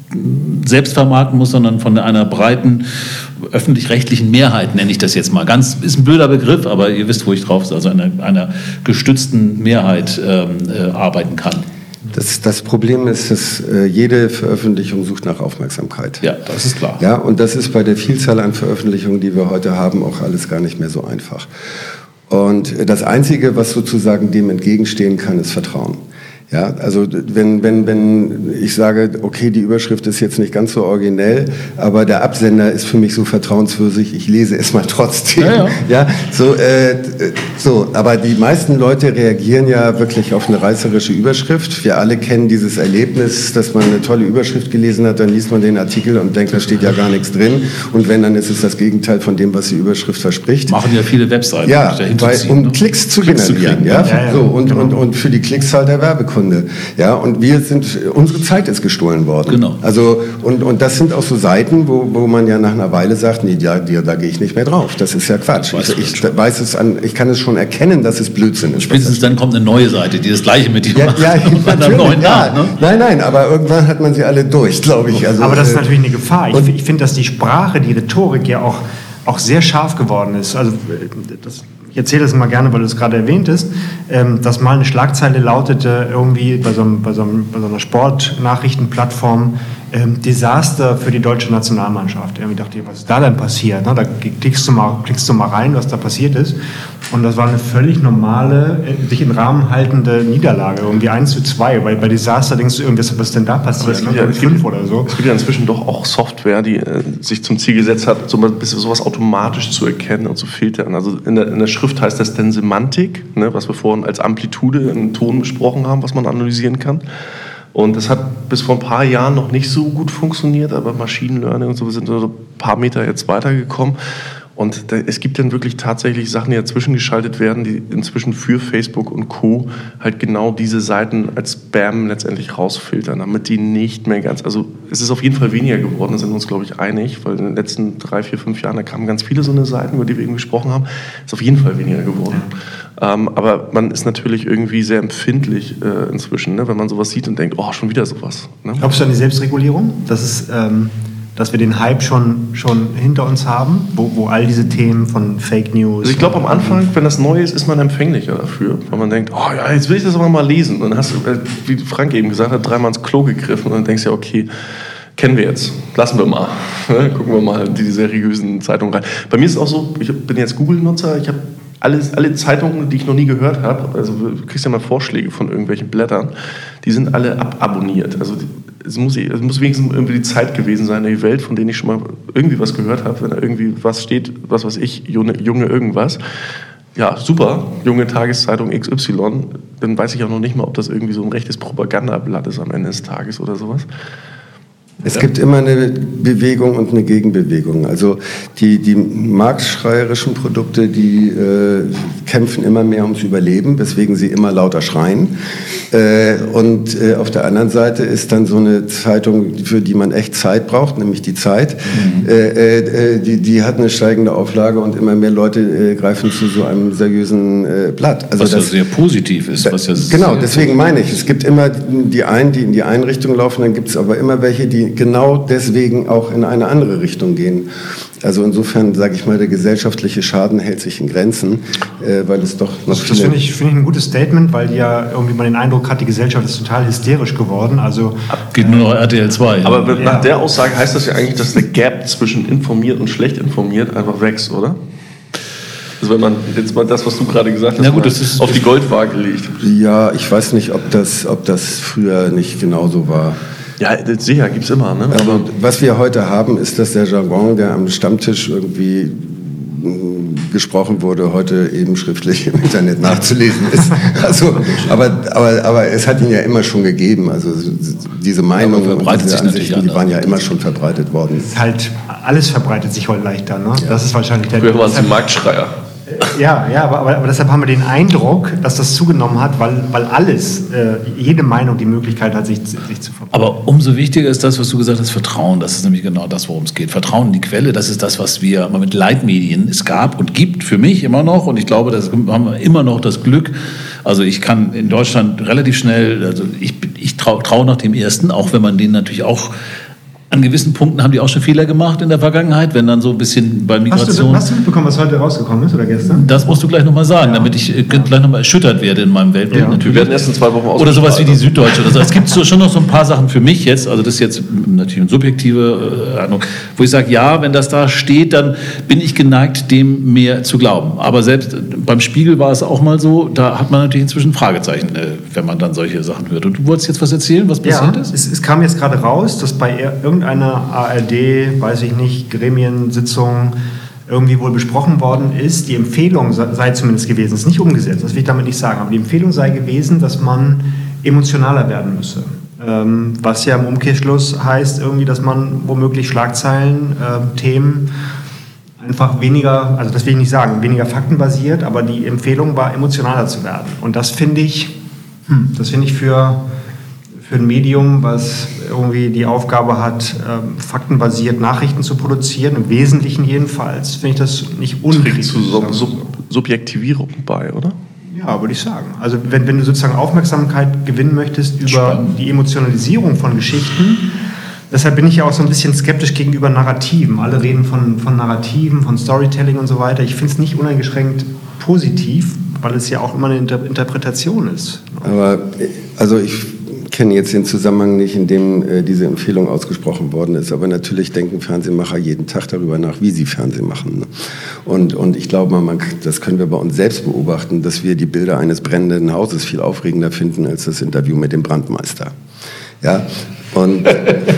selbst vermarkten muss, sondern von einer breiten öffentlich-rechtlichen Mehrheit, nenne ich das jetzt mal. Ganz ist ein blöder Begriff, aber ihr wisst, wo ich drauf bin, also einer, einer gestützten Mehrheit ähm, äh, arbeiten kann. Das, das Problem ist, dass äh, jede Veröffentlichung sucht nach Aufmerksamkeit. Ja, das ist klar. Ja, und das ist bei der Vielzahl an Veröffentlichungen, die wir heute haben, auch alles gar nicht mehr so einfach. Und das Einzige, was sozusagen dem entgegenstehen kann, ist Vertrauen. Ja, also wenn, wenn, wenn ich sage, okay, die Überschrift ist jetzt nicht ganz so originell, aber der Absender ist für mich so vertrauenswürdig, ich lese es mal trotzdem. Ja, ja. Ja, so, äh, so, aber die meisten Leute reagieren ja wirklich auf eine reißerische Überschrift. Wir alle kennen dieses Erlebnis, dass man eine tolle Überschrift gelesen hat, dann liest man den Artikel und denkt, da steht ja gar nichts drin. Und wenn, dann ist es das Gegenteil von dem, was die Überschrift verspricht. Machen ja viele Webseiten. Ja, weil, um Klicks zu Klicks generieren. Zu kriegen, ja? Ja, ja, so, und, genau. und, und für die Klicks zahlt der Werbekunden. Sekunde. Ja, und wir sind, unsere Zeit ist gestohlen worden. Genau. Also, und, und das sind auch so Seiten, wo, wo man ja nach einer Weile sagt, nee, da, da, da gehe ich nicht mehr drauf. Das ist ja Quatsch. Weiß Ich, ich, weiß es an, ich kann es schon erkennen, dass es Blödsinn ist. Spätestens dann kommt eine neue Seite, die das Gleiche mit dir Ja, macht. ja, Mit einem natürlich, neuen ja. Namen, ne? Nein, nein, aber irgendwann hat man sie alle durch, glaube ich. Also, Aber das ist äh, natürlich eine Gefahr. Ich, ich finde, dass die Sprache, die Rhetorik ja auch, auch sehr scharf geworden ist. Also das, ich erzähle das mal gerne, weil du es gerade erwähnt hast, ähm, dass mal eine Schlagzeile lautete irgendwie bei so, einem, bei so, einem, bei so einer Sportnachrichtenplattform, ähm, Desaster für die deutsche Nationalmannschaft. Irgendwie dachte ich, was ist da denn passiert? Ne? Da klickst du, mal, klickst du mal rein, was da passiert ist. Und das war eine völlig normale, sich in Rahmen haltende Niederlage, irgendwie eins zu zwei. Weil bei Desaster denkst du irgendwie, was ist denn da passiert? Es gibt, Ne? ja, es, gibt, fünf oder so. es gibt ja inzwischen doch auch Software, die äh, sich zum Ziel gesetzt hat, so ein bisschen sowas automatisch zu erkennen und zu filtern. Also in der, in der Schrift heißt das dann Semantik, ne, was wir vorhin als Amplitude in Ton besprochen haben, was man analysieren kann. Und das hat bis vor ein paar Jahren noch nicht so gut funktioniert, aber Machine Learning und so, wir sind so ein paar Meter jetzt weitergekommen. Und da, es gibt dann wirklich tatsächlich Sachen, die dazwischen geschaltet werden, die inzwischen für Facebook und Co. halt genau diese Seiten als Spam letztendlich rausfiltern, damit die nicht mehr ganz, also es ist auf jeden Fall weniger geworden, da sind wir uns, glaube ich, einig, weil in den letzten drei, vier, fünf Jahren, da kamen ganz viele so eine Seiten, über die wir eben gesprochen haben, ist auf jeden Fall weniger geworden. Ja. Ähm, aber man ist natürlich irgendwie sehr empfindlich äh, inzwischen, ne, wenn man sowas sieht und denkt, oh, schon wieder sowas. Ne? Glaubst du an die Selbstregulierung? Das ist... Ähm dass wir den Hype schon, schon hinter uns haben, wo, wo all diese Themen von Fake News... Also ich glaube, am Anfang, wenn das neu ist, ist man empfänglicher dafür, weil man denkt, oh ja, jetzt will ich das aber mal lesen. Und dann hast du, wie Frank eben gesagt hat, dreimal ins Klo gegriffen und dann denkst du ja, okay, kennen wir jetzt, lassen wir mal. Gucken wir mal in die seriösen Zeitungen rein. Bei mir ist es auch so, ich bin jetzt Google-Nutzer, ich habe Alles, alle Zeitungen, die ich noch nie gehört habe, also du kriegst ja mal Vorschläge von irgendwelchen Blättern, die sind alle ababonniert. Also es muss, es muss wenigstens irgendwie die Zeit gewesen sein, die Welt, von denen ich schon mal irgendwie was gehört habe, wenn da irgendwie was steht, was weiß ich, junge, junge irgendwas. Ja, super, junge Tageszeitung X Y, dann weiß ich auch noch nicht mal, ob das irgendwie so ein rechtes Propagandablatt ist am Ende des Tages oder sowas. Es gibt immer eine Bewegung und eine Gegenbewegung. Also die, die marktschreierischen Produkte, die äh, kämpfen immer mehr ums Überleben, weswegen sie immer lauter schreien. Äh, und äh, auf der anderen Seite ist dann so eine Zeitung, für die man echt Zeit braucht, nämlich die Zeit. Mhm. Äh, äh, die, die hat eine steigende Auflage und immer mehr Leute äh, greifen zu so einem seriösen äh, Blatt. Also was das, ja sehr positiv ist. Was ja genau, deswegen meine ich, es gibt immer die einen, die in die eine Richtung laufen, dann gibt es aber immer welche, die genau deswegen auch in eine andere Richtung gehen. Also insofern, sage ich mal, der gesellschaftliche Schaden hält sich in Grenzen, äh, weil es doch noch Das finde ich, find ich ein gutes Statement, weil ja irgendwie man den Eindruck hat, die Gesellschaft ist total hysterisch geworden. Also geht nur noch R T L zwei. Ja. Aber nach der Aussage heißt das ja eigentlich, dass der Gap zwischen informiert und schlecht informiert einfach wächst, oder? Also wenn man jetzt mal das, was du gerade gesagt hast, ja, gut, das ist, auf die Goldwaage legt. Ja, ich weiß nicht, ob das, ob das früher nicht genauso war. Ja, sicher, gibt es immer. Ne? Also, was wir heute haben, ist, dass der Jargon, der am Stammtisch irgendwie gesprochen wurde, heute eben schriftlich im Internet nachzulesen ist. Also, aber, aber, aber es hat ihn ja immer schon gegeben. Also diese Meinungen, ja, verbreitet diese sich Ansichten, die waren ja immer schon verbreitet worden. Halt, alles verbreitet sich heute leichter. Ne? Ja. Das ist wahrscheinlich der... Früher waren es die Marktschreier. Ja, ja, aber, aber deshalb haben wir den Eindruck, dass das zugenommen hat, weil, weil alles, äh, jede Meinung die Möglichkeit hat, sich, sich zu verbreiten. Aber umso wichtiger ist das, was du gesagt hast, Vertrauen. Das ist nämlich genau das, worum es geht. Vertrauen in die Quelle, das ist das, was wir mit Leitmedien, es gab und gibt für mich immer noch. Und ich glaube, das haben wir immer noch das Glück. Also ich kann in Deutschland relativ schnell, also ich, ich traue trau nach dem Ersten, auch wenn man den natürlich auch... An gewissen Punkten haben die auch schon Fehler gemacht in der Vergangenheit, wenn dann so ein bisschen bei Migration... Hast du, hast du mitbekommen, was heute rausgekommen ist oder gestern? Das musst du gleich nochmal sagen, Ja. damit ich äh, gleich nochmal erschüttert werde in meinem Weltbild. Ja. Natürlich. Wir werden erst in zwei Wochen Oder sowas wie die Süddeutsche. Oder so. Es gibt so, schon noch so ein paar Sachen für mich jetzt, also das ist jetzt natürlich eine subjektive äh, Ahnung, wo ich sage, ja, wenn das da steht, dann bin ich geneigt, dem mehr zu glauben. Aber selbst beim Spiegel war es auch mal so, da hat man natürlich inzwischen Fragezeichen, äh, wenn man dann solche Sachen hört. Und du wolltest jetzt was erzählen, was passiert Ja, ist? es, es kam jetzt gerade raus, dass bei ir- irgendeiner A R D, weiß ich nicht, Gremiensitzung irgendwie wohl besprochen worden ist, die Empfehlung sei, sei zumindest gewesen, ist nicht umgesetzt, das will ich damit nicht sagen, aber die Empfehlung sei gewesen, dass man emotionaler werden müsse. Ähm, was ja im Umkehrschluss heißt irgendwie, dass man womöglich Schlagzeilen, äh, Themen einfach weniger, also das will ich nicht sagen, weniger faktenbasiert, aber die Empfehlung war, emotionaler zu werden. Und das finde ich Hm, das finde ich für, für ein Medium, was irgendwie die Aufgabe hat, ähm, faktenbasiert Nachrichten zu produzieren, im Wesentlichen jedenfalls, finde ich das nicht unkritisch. Trägt zu Sub- Sub- Subjektivierung bei, oder? Ja, würde ich sagen. Also wenn, wenn du sozusagen Aufmerksamkeit gewinnen möchtest über Spannend. die Emotionalisierung von Geschichten, deshalb bin ich ja auch so ein bisschen skeptisch gegenüber Narrativen. Alle reden von, von Narrativen, von Storytelling und so weiter. Ich finde es nicht uneingeschränkt positiv, weil es ja auch immer eine Inter- Interpretation ist. Aber also ich kenne jetzt den Zusammenhang nicht, in dem äh, diese Empfehlung ausgesprochen worden ist. Aber natürlich denken Fernsehmacher jeden Tag darüber nach, wie sie Fernsehen machen. Ne? Und, und ich glaube, man, das können wir bei uns selbst beobachten, dass wir die Bilder eines brennenden Hauses viel aufregender finden als das Interview mit dem Brandmeister. Ja, und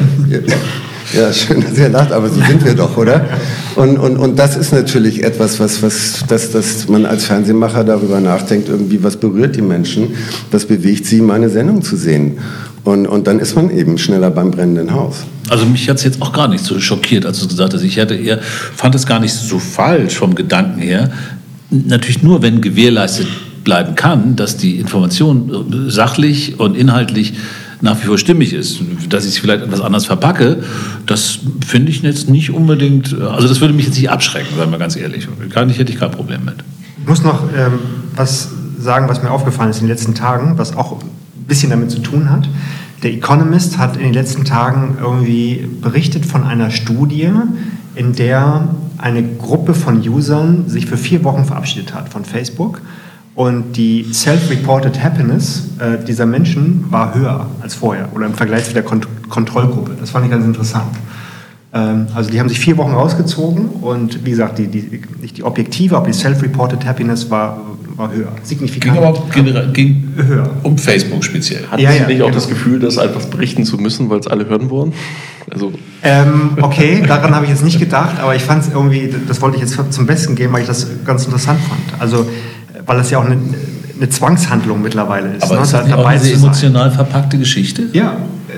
ja, schön, dass ihr lacht, aber so sind wir doch, oder? Und, und, und das ist natürlich etwas, was, was dass, dass man als Fernsehmacher darüber nachdenkt, irgendwie, was berührt die Menschen, was bewegt sie, meine Sendung zu sehen. Und, und dann ist man eben schneller beim brennenden Haus. Also mich hat es jetzt auch gar nicht so schockiert, als du gesagt hast. Ich hatte eher, fand es gar nicht so falsch vom Gedanken her. Natürlich nur, wenn gewährleistet bleiben kann, dass die Information sachlich und inhaltlich nach wie vor stimmig ist. Dass ich es vielleicht etwas anders verpacke, das finde ich jetzt nicht unbedingt, also das würde mich jetzt nicht abschrecken, sagen wir ganz ehrlich. Gar nicht, hätte ich kein Problem mit. Ich muss noch ähm, was sagen, was mir aufgefallen ist in den letzten Tagen, was auch ein bisschen damit zu tun hat. Der Economist hat in den letzten Tagen irgendwie berichtet von einer Studie, in der eine Gruppe von Usern sich für vier Wochen verabschiedet hat von Facebook. Und die Self-Reported Happiness äh, dieser Menschen war höher als vorher oder im Vergleich zu der Kont- Kontrollgruppe. Das fand ich ganz interessant. Ähm, also die haben sich vier Wochen rausgezogen und wie gesagt, die, die, nicht die objektive, aber die Self-Reported Happiness war, war höher, signifikant. Ging aber generell, ging höher. Um Facebook speziell. Hatten Ja, Sie ja, nicht auch genau. das Gefühl, das einfach berichten zu müssen, weil es alle hören wollen? Also Ähm, okay, daran habe ich jetzt nicht gedacht, aber ich fand es irgendwie, das wollte ich jetzt zum Besten geben, weil ich das ganz interessant fand. Also weil das ja auch eine, eine Zwangshandlung mittlerweile ist. Aber ne? ist da das nicht auch dabei diese zu sein. emotional verpackte Geschichte? Ja.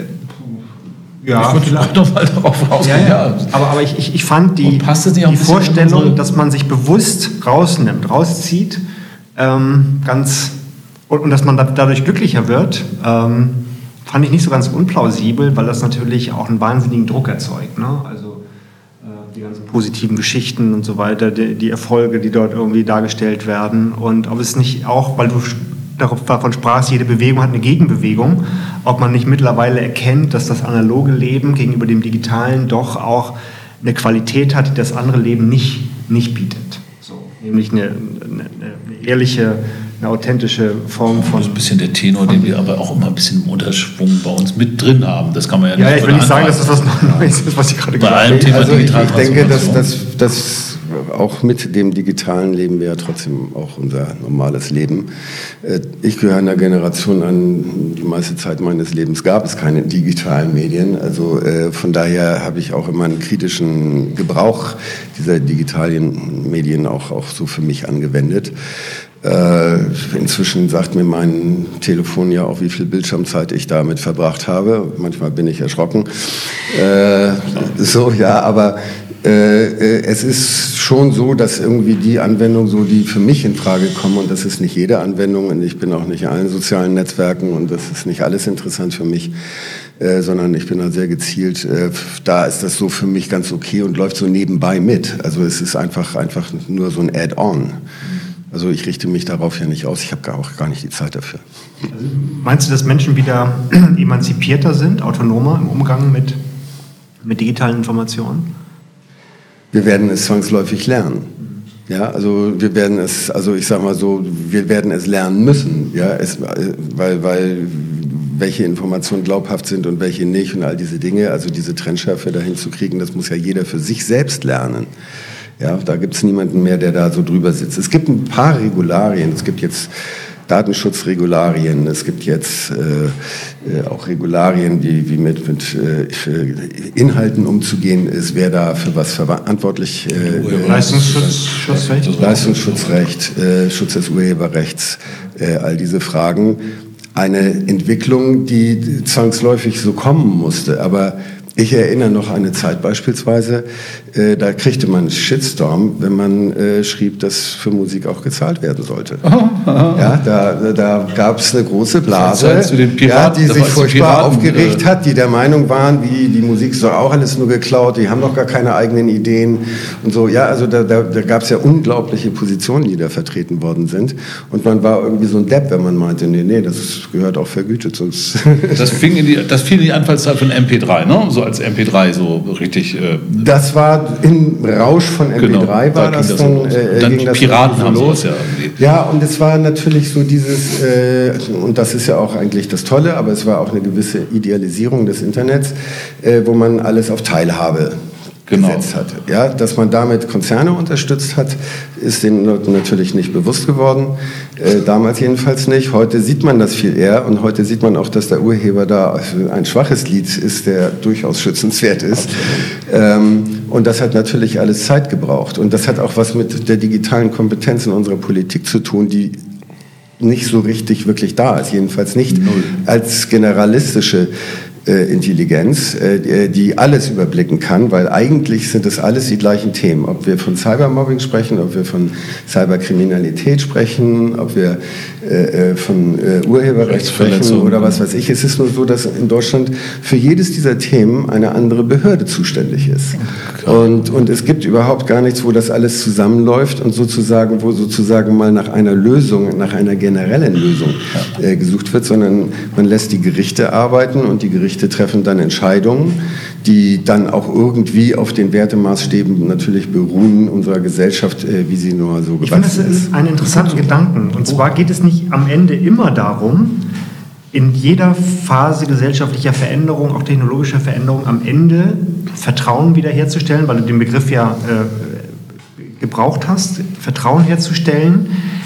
Äh, ja, ich würde vielleicht. doch mal darauf Ja, rausgehen. ja. Aber, aber ich, ich, ich fand die, Und passt das nicht auch die ein bisschen in Vorstellung, unsere- dass man sich bewusst rausnimmt, rauszieht, ähm, ganz, und, und dass man da, dadurch glücklicher wird, ähm, fand ich nicht so ganz unplausibel, weil das natürlich auch einen wahnsinnigen Druck erzeugt. Ne? Also äh, die ganzen positiven Geschichten und so weiter, die, die Erfolge, die dort irgendwie dargestellt werden. Und ob es nicht auch, weil du darauf- davon sprachst, jede Bewegung hat eine Gegenbewegung, ob man nicht mittlerweile erkennt, dass das analoge Leben gegenüber dem digitalen doch auch eine Qualität hat, die das andere Leben nicht, nicht bietet. So, nämlich eine, eine, eine ehrliche, eine authentische Form von... Das ist ein bisschen der Tenor, den wir aber auch immer ein bisschen im Unterschwung bei uns mit drin haben. Das kann man ja nicht Ja, ich will nicht sagen, anhalten. dass das was Neues ist, was ich gerade Bei gesagt allem habe. Thema Also ich, ich digitale denke, dass, Transformation. dass, dass auch mit dem Digitalen leben wir ja trotzdem auch unser normales Leben. Äh, Ich gehöre einer Generation an, die meiste Zeit meines Lebens gab es keine digitalen Medien. Also äh, von daher habe ich auch immer einen kritischen Gebrauch dieser digitalen Medien auch, auch so für mich angewendet. Äh, inzwischen sagt mir mein Telefon ja auch, wie viel Bildschirmzeit ich damit verbracht habe. Manchmal bin ich erschrocken. Äh, so, ja, aber äh, äh, es ist schon so, dass irgendwie die Anwendungen, so die für mich in Frage kommen, und das ist nicht jede Anwendung, und ich bin auch nicht in allen sozialen Netzwerken und das ist nicht alles interessant für mich, äh, sondern ich bin da sehr gezielt. Äh, da ist das so für mich ganz okay und läuft so nebenbei mit. Also es ist einfach, einfach nur so ein Add-on. Also ich richte mich darauf ja nicht aus, ich habe auch gar nicht die Zeit dafür. Also, meinst du, dass Menschen wieder emanzipierter sind, autonomer im Umgang mit, mit digitalen Informationen? Wir werden es zwangsläufig lernen. Ja, also wir werden es, also ich sage mal so, wir werden es lernen müssen, ja, es, weil, weil welche Informationen glaubhaft sind und welche nicht und all diese Dinge, also diese Trennschärfe dahin zu kriegen, das muss ja jeder für sich selbst lernen. Ja, da gibt es niemanden mehr, der da so drüber sitzt. Es gibt ein paar Regularien. Es gibt jetzt Datenschutzregularien. Es gibt jetzt äh, auch Regularien, wie, wie mit, mit äh, Inhalten umzugehen ist, wer da für was verantwortlich äh, Leistungsschutzrecht? Leistungsschutzrecht, äh, Schutz des Urheberrechts, äh, all diese Fragen. Eine Entwicklung, die zwangsläufig so kommen musste. Aber Ich erinnere noch an eine Zeit beispielsweise, äh, da kriegte man einen Shitstorm, wenn man äh, schrieb, dass für Musik auch gezahlt werden sollte. Oh, oh. Ja, da, da gab es eine große Blase, zu den Piraten, ja, die sich furchtbar Piraten, aufgeregt äh, hat, die der Meinung waren, wie die Musik ist doch auch alles nur geklaut, die haben doch gar keine eigenen Ideen und so. Ja, also da, da, da gab es ja unglaubliche Positionen, die da vertreten worden sind. Und man war irgendwie so ein Depp, wenn man meinte, nee, nee, das gehört auch vergütet. Sonst das, fing in die, das fiel in die Anfallszeit von M P drei, ne? So als M P drei so richtig. Äh, das war im Rausch von M P drei, genau, war da das, das dann. Äh, dann ging das Piraten so haben los. sowas ja irgendwie. Ja, und es war natürlich so dieses, äh, und das ist ja auch eigentlich das Tolle, aber es war auch eine gewisse Idealisierung des Internets, äh, wo man alles auf Teilhabe Genau. gesetzt hat. Ja, dass man damit Konzerne unterstützt hat, ist den Leuten natürlich nicht bewusst geworden. Äh, damals jedenfalls nicht. Heute sieht man das viel eher und heute sieht man auch, dass der Urheber da ein schwaches Lied ist, der durchaus schützenswert ist. Ähm, und das hat natürlich alles Zeit gebraucht. Und das hat auch was mit der digitalen Kompetenz in unserer Politik zu tun, die nicht so richtig wirklich da ist. Jedenfalls nicht Null. Als generalistische Intelligenz, die alles überblicken kann, weil eigentlich sind das alles die gleichen Themen. Ob wir von Cybermobbing sprechen, ob wir von Cyberkriminalität sprechen, ob wir von Urheberrecht sprechen oder was weiß ich. Es ist nur so, dass in Deutschland für jedes dieser Themen eine andere Behörde zuständig ist. Und, und es gibt überhaupt gar nichts, wo das alles zusammenläuft und sozusagen, wo sozusagen mal nach einer Lösung, nach einer generellen Lösung äh, gesucht wird, sondern man lässt die Gerichte arbeiten und die Gerichte treffen dann Entscheidungen, die dann auch irgendwie auf den Wertemaßstäben natürlich beruhen unserer Gesellschaft, äh, wie sie nur so gewachsen ist. Ich finde, das ist einen interessanten Gedanken. Und zwar geht es nicht am Ende immer darum, in jeder Phase gesellschaftlicher Veränderung, auch technologischer Veränderung, am Ende Vertrauen wiederherzustellen, weil du den Begriff ja äh, gebraucht hast, Vertrauen herzustellen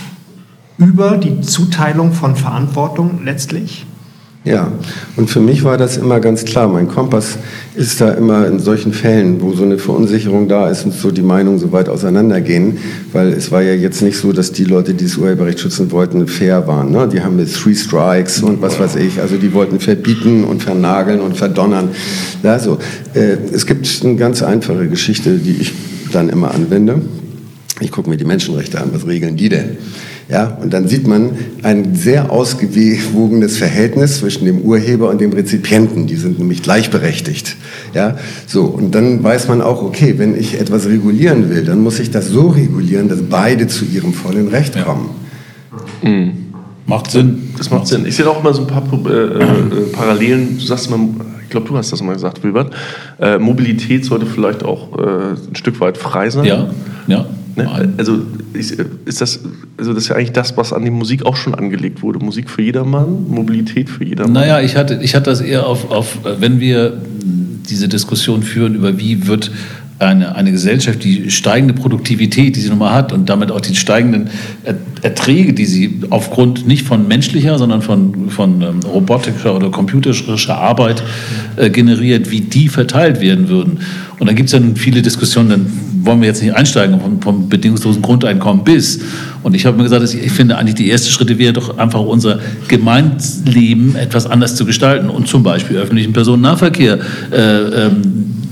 über die Zuteilung von Verantwortung letztlich. Ja, und für mich war das immer ganz klar. Mein Kompass ist da immer in solchen Fällen, wo so eine Verunsicherung da ist und so die Meinungen so weit auseinandergehen, weil es war ja jetzt nicht so, dass die Leute, die das Urheberrecht schützen wollten, fair waren. Ne? Die haben mit Three Strikes und was weiß ich, also die wollten verbieten und vernageln und verdonnern. Ja, so. Äh, es gibt eine ganz einfache Geschichte, die ich dann immer anwende. Ich gucke mir die Menschenrechte an, was regeln die denn? Ja, und dann sieht man ein sehr ausgewogenes Verhältnis zwischen dem Urheber und dem Rezipienten. Die sind nämlich gleichberechtigt. Ja, so, und dann weiß man auch, okay, wenn ich etwas regulieren will, dann muss ich das so regulieren, dass beide zu ihrem vollen Recht kommen. Ja. Mhm. Macht Sinn. Das macht Sinn. Ich sehe auch immer so ein paar äh, äh, Parallelen. Du sagst immer, ich glaube, du hast das mal gesagt, Wilbert. Äh, Mobilität sollte vielleicht auch äh, ein Stück weit frei sein. Ja, ja. Ne? Also ist das, also das ist ja eigentlich das, was an die Musik auch schon angelegt wurde. Musik für jedermann, Mobilität für jedermann. Naja, ich hatte, ich hatte das eher auf, auf, wenn wir diese Diskussion führen über wie wird eine, eine Gesellschaft, die steigende Produktivität, die sie nun mal hat und damit auch die steigenden Erträge, die sie aufgrund nicht von menschlicher, sondern von, von ähm, robotischer oder computerischer Arbeit äh, generiert, wie die verteilt werden würden. Und da gibt es dann viele Diskussionen, dann wollen wir jetzt nicht einsteigen, vom, vom bedingungslosen Grundeinkommen bis. Und ich habe mir gesagt, ich finde eigentlich, die ersten Schritte wäre doch einfach unser Gemeinsleben etwas anders zu gestalten und zum Beispiel öffentlichen Personennahverkehr äh, ähm,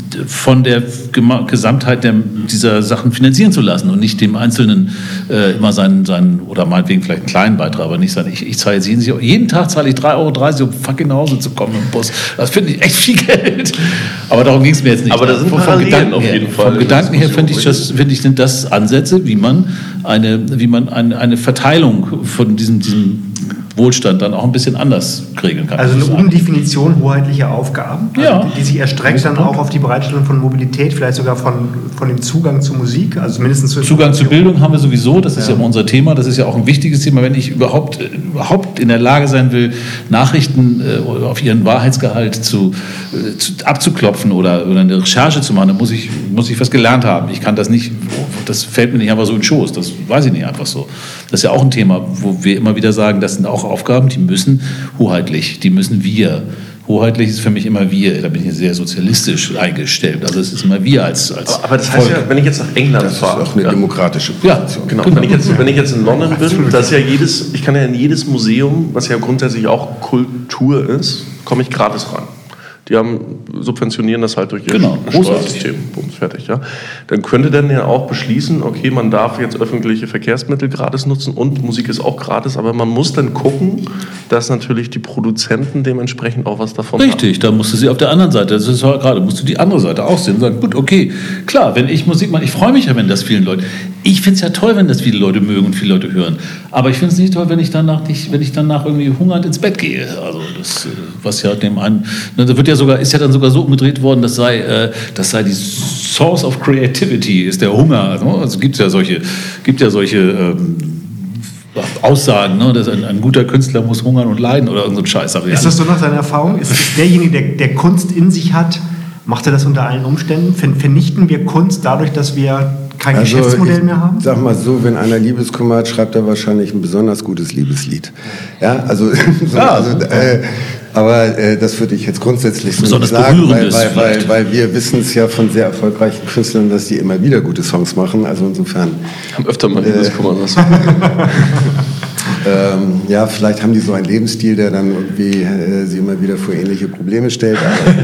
von der Gesamtheit der, dieser Sachen finanzieren zu lassen und nicht dem Einzelnen äh, immer seinen, seinen, oder meinetwegen vielleicht einen kleinen Beitrag, aber nicht sagen, ich, ich zahle jetzt jeden, jeden Tag zahle ich drei Euro dreißig, um fucking nach Hause zu kommen im Bus. Das finde ich echt viel Geld. Aber darum ging es mir jetzt nicht. Aber da sind vom, vom Gedanken auf jeden her, Fall. Vom Gedanken her finde ich, das, finde ich, sind das Ansätze, wie man eine, wie man eine, eine Verteilung von diesem, diesem Wohlstand dann auch ein bisschen anders regeln kann. Also eine Umdefinition hoheitlicher Aufgaben, also ja. die, die sich erstreckt dann auch auf die Bereitstellung von Mobilität, vielleicht sogar von, von dem Zugang zu Musik, also mindestens zur Zugang zu Bildung haben wir sowieso, das ist ja. ja unser Thema, das ist ja auch ein wichtiges Thema, wenn ich überhaupt, überhaupt in der Lage sein will, Nachrichten äh, auf ihren Wahrheitsgehalt zu, äh, zu, abzuklopfen oder, oder eine Recherche zu machen, dann muss ich, muss ich was gelernt haben. Ich kann das nicht, das fällt mir nicht einfach so in den Schoß, das weiß ich nicht einfach so. Das ist ja auch ein Thema, wo wir immer wieder sagen, das sind auch Aufgaben, die müssen hoheitlich, die müssen wir. Hoheitlich ist für mich immer wir, da bin ich sehr sozialistisch eingestellt. Also es ist immer wir als, als Aber, aber das heißt Volk. Ja, wenn ich jetzt nach England das fahre. Das ist auch eine ja. demokratische Position. Ja, genau. genau. Wenn, ich jetzt, wenn ich jetzt in London bin, das ist ja jedes, ich kann ja in jedes Museum, was ja grundsätzlich auch Kultur ist, komme ich gratis rein. Die haben, subventionieren das halt durch ihr Genau, Steuersystem. Bums, fertig, ja. Dann könnte dann ja auch beschließen, okay, man darf jetzt öffentliche Verkehrsmittel gratis nutzen und Musik ist auch gratis, aber man muss dann gucken, dass natürlich die Produzenten dementsprechend auch was davon Richtig, da musst du sie auf der anderen Seite, das ist ja gerade, musst du die andere Seite auch sehen und sagen, gut, okay, klar, wenn ich Musik mache, ich freue mich ja, wenn das vielen Leute, ich finde es ja toll, wenn das viele Leute mögen und viele Leute hören, aber ich finde es nicht toll, wenn ich danach nicht, wenn ich danach irgendwie hungernd ins Bett gehe, also das, was ja dem einen, da wird ja sogar, ist ja dann sogar so umgedreht worden, das sei, äh, das sei die Source of Creativity, ist der Hunger, also, also gibt es ja solche, gibt ja solche ähm, Aussagen, ne? Dass ein, ein guter Künstler muss hungern und leiden oder irgend so ein Scheiß. Ist das so nach deiner Erfahrung? Ist, ist derjenige, der, der Kunst in sich hat, macht er das unter allen Umständen? Vernichten wir Kunst dadurch, dass wir kein also Geschäftsmodell ich mehr haben? Sag mal so, wenn einer Liebeskummer hat, schreibt er wahrscheinlich ein besonders gutes Liebeslied. Ja, also, so, ja, also äh, aber äh, das würde ich jetzt grundsätzlich so nicht sagen, weil, weil, weil, weil wir wissen es ja von sehr erfolgreichen Künstlern, dass die immer wieder gute Songs machen. Also insofern haben öfter mal Liebeskummer. Äh, ähm, ja, vielleicht haben die so einen Lebensstil, der dann irgendwie äh, sie immer wieder vor ähnliche Probleme stellt.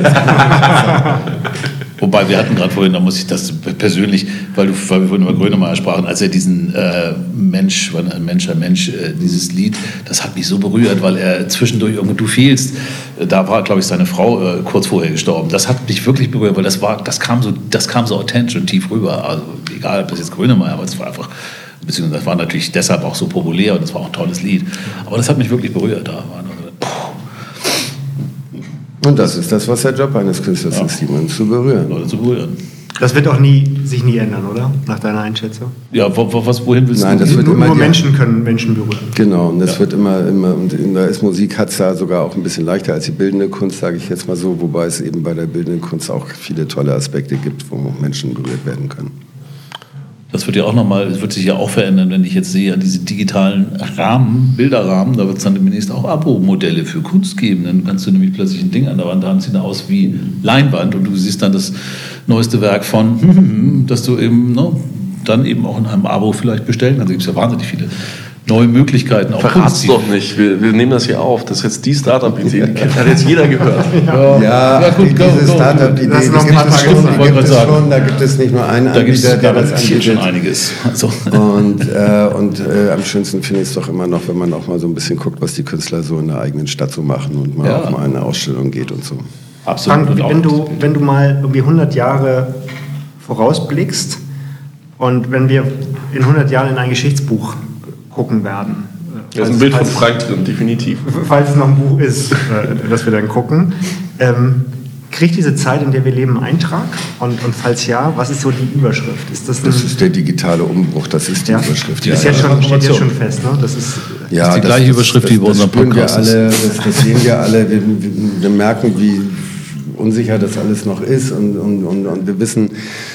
Wobei, wir hatten gerade vorhin, da muss ich das persönlich, weil, du, weil wir vorhin über Grönemeyer sprachen, als er diesen äh, Mensch, ein Mensch, ein Mensch, äh, dieses Lied, das hat mich so berührt, weil er zwischendurch irgendwie, du fehlst, äh, da war, glaube ich, seine Frau äh, kurz vorher gestorben. Das hat mich wirklich berührt, weil das war, das kam so, das kam so authentisch und tief rüber. Also egal, ob das jetzt Grönemeyer, aber es war einfach, beziehungsweise das war natürlich deshalb auch so populär und das war auch ein tolles Lied. Aber das hat mich wirklich berührt. Da war Und das ist das, was der Job eines Künstlers ja. ist, jemanden zu berühren. Leute zu berühren. Das wird auch nie, sich nie ändern, oder? Nach deiner Einschätzung? Ja, wo, wo, was, wohin willst Nein, du? das wird nur immer nur die, Menschen können Menschen berühren. Genau, und das Ja. wird immer, immer, und in der ist Musik hat es ja sogar auch ein bisschen leichter als die bildende Kunst, sage ich jetzt mal so, wobei es eben bei der bildenden Kunst auch viele tolle Aspekte gibt, wo Menschen berührt werden können. Das wird ja auch nochmal, es wird sich ja auch verändern, wenn ich jetzt sehe, an diese digitalen Rahmen, Bilderrahmen, da wird es dann demnächst auch Abo-Modelle für Kunst geben. Dann kannst du nämlich plötzlich ein Ding an der Wand haben, sieht aus wie Leinwand und du siehst dann das neueste Werk von, dass du eben ne, dann eben auch in einem Abo vielleicht bestellen kannst. Da gibt es ja wahnsinnig viele neue Möglichkeiten. Auch Verrat's doch nicht, wir, wir nehmen das hier auf. Das ist jetzt die Startup-Idee, die hat jetzt jeder gehört. Ja, ja, ja gut, diese Startup-Idee, Lass die noch ein gibt paar es Tage schon, sein. die gibt es schon, da gibt es nicht nur einen Da gibt es Anbieter, der das garantiert schon anbietet. einiges. Also. Und, äh, und äh, am schönsten finde ich es doch immer noch, wenn man auch mal so ein bisschen guckt, was die Künstler so in der eigenen Stadt so machen und mal Ja. auch mal in eine Ausstellung geht und so. Absolut. Frank, Und auch- wenn du, wenn du mal irgendwie hundert Jahre vorausblickst und wenn wir in hundert Jahren in ein Geschichtsbuch gucken werden, Da ist ein falls- Bild von falls- Frank drin, definitiv. falls es noch ein Buch ist, äh, das wir dann gucken, ähm, kriegt diese Zeit, in der wir leben, einen Eintrag? Und, und falls ja, was ist so die Überschrift? Ist das, ein, Das ist der digitale Umbruch, das ist die ja, Überschrift. Die ist ja, jetzt ja. schon, steht jetzt Information. schon fest, ne? Das ist, Ja, Das ist die gleiche Überschrift, die bei unserem spüren Podcast wir alle, das, das sehen wir alle. Wir, wir, wir merken, wie unsicher das alles noch ist und, und, und, und wir wissen,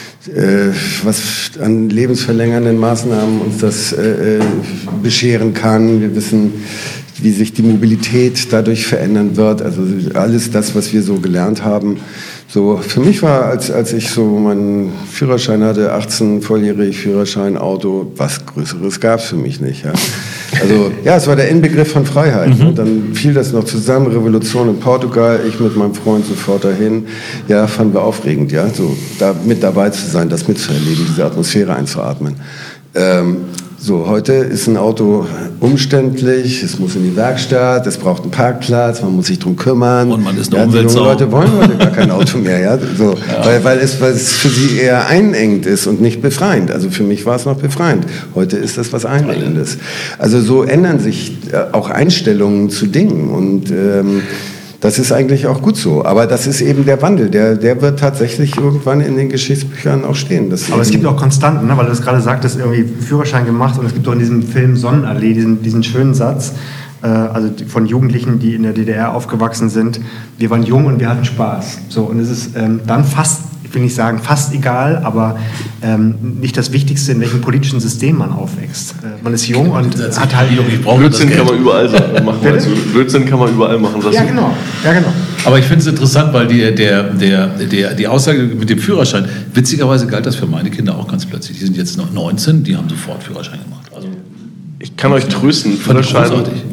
äh, was an lebensverlängernden Maßnahmen uns das äh, bescheren kann. Wir wissen, wie sich die Mobilität dadurch verändern wird. Also alles das, was wir so gelernt haben. So, für mich war, als, als ich so meinen Führerschein hatte, achtzehn, volljährig, Führerschein, Auto, was Größeres gab es für mich nicht. Ja. Also, ja, es war der Inbegriff von Freiheit. Mhm. Und dann fiel das noch zusammen, Revolution in Portugal, ich mit meinem Freund sofort dahin. Ja, fanden wir aufregend, ja, so da mit dabei zu sein, das mitzuerleben, diese Atmosphäre einzuatmen. Ähm, So, heute ist ein Auto umständlich, es muss in die Werkstatt, es braucht einen Parkplatz, man muss sich drum kümmern. Und man ist eine ja, die jungen Umweltsau. Leute wollen heute gar kein Auto mehr, ja, so, ja. Weil, weil, es, weil es für sie eher einengend ist und nicht befreiend. Also für mich war es noch befreiend. Heute ist das was Einengendes. Also so ändern sich auch Einstellungen zu Dingen und ähm, das ist eigentlich auch gut so. Aber das ist eben der Wandel. Der, der wird tatsächlich irgendwann in den Geschichtsbüchern auch stehen. Das aber es gibt auch Konstanten, ne? Weil du das gerade sagtest, irgendwie Führerschein gemacht und es gibt auch in diesem Film Sonnenallee diesen, diesen schönen Satz, äh, also die, von Jugendlichen, die in der D D R aufgewachsen sind, wir waren jung und wir hatten Spaß. So, und es ist ähm, dann fast, ich will nicht sagen fast egal, aber ähm, nicht das Wichtigste, in welchem politischen System man aufwächst. Äh, man ist jung und Das hat halt... ich brauche das Blödsinn Geld. kann man überall sagen, machen. Also, Blödsinn kann man überall machen. Das Ja, genau. Ja, genau. Aber ich finde es interessant, weil die, der, der, der, die Aussage mit dem Führerschein, witzigerweise galt das für meine Kinder auch ganz plötzlich. Die sind jetzt noch neunzehn, die haben sofort Führerschein gemacht. Also Ich kann euch trösten, Fand ich Führerschein großartig.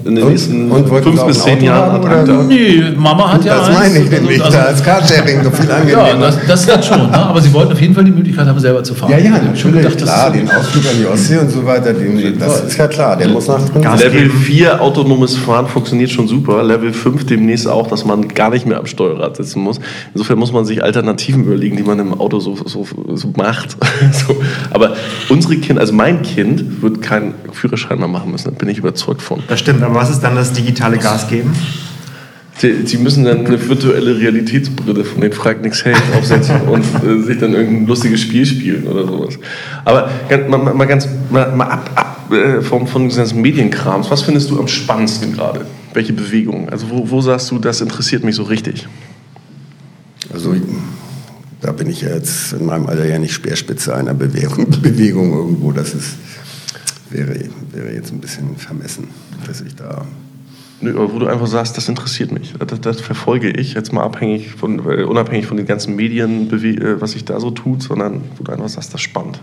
in den Und? nächsten Und wollten fünf Sie bis auch ein zehn Auto Jahren haben, ad acta? Nee, Mama hat ja Das eins. meine ich nämlich, Also- da ist Carsharing so viel angenehmer. Ja, das, das dann schon. Ne? Aber sie wollten auf jeden Fall die Möglichkeit haben, selber zu fahren. Ja, ja, Ich hab natürlich, schon gedacht, das klar, ist so- den Ausflug an die Ostsee und so weiter, den, das ist ja klar, der muss nach drin Gas sein. Level vier autonomes Fahren funktioniert schon super. Level fünf demnächst auch, dass man gar nicht mehr am Steuerrad sitzen muss. Insofern muss man sich Alternativen überlegen, die man im Auto so, so, so macht. so. Aber unsere Kinder, also mein Kind, wird keinen Führerschein mehr machen müssen. Da bin ich überzeugt von. Das stimmt, aber was ist dann das digitale Gas geben? Sie, sie müssen dann eine virtuelle Realitätsbrille von den Frag Nix Held aufsetzen und äh, sich dann irgendein lustiges Spiel spielen oder sowas. Aber ganz, mal, mal ganz mal, mal ab, ab äh, von, von diesem ganzen Medienkrams, was findest du am spannendsten gerade? Welche Bewegungen? Also wo, wo sagst du, das interessiert mich so richtig? Also da bin ich ja jetzt in meinem Alter ja nicht Speerspitze einer Bewegung, Bewegung irgendwo. Das ist, wäre, wäre jetzt ein bisschen vermessen, dass ich da... Nö, aber wo du einfach sagst, das interessiert mich. Das, das verfolge ich jetzt mal abhängig von, äh, unabhängig von den ganzen Medien, äh, was sich da so tut, sondern wo du einfach sagst, das ist spannend.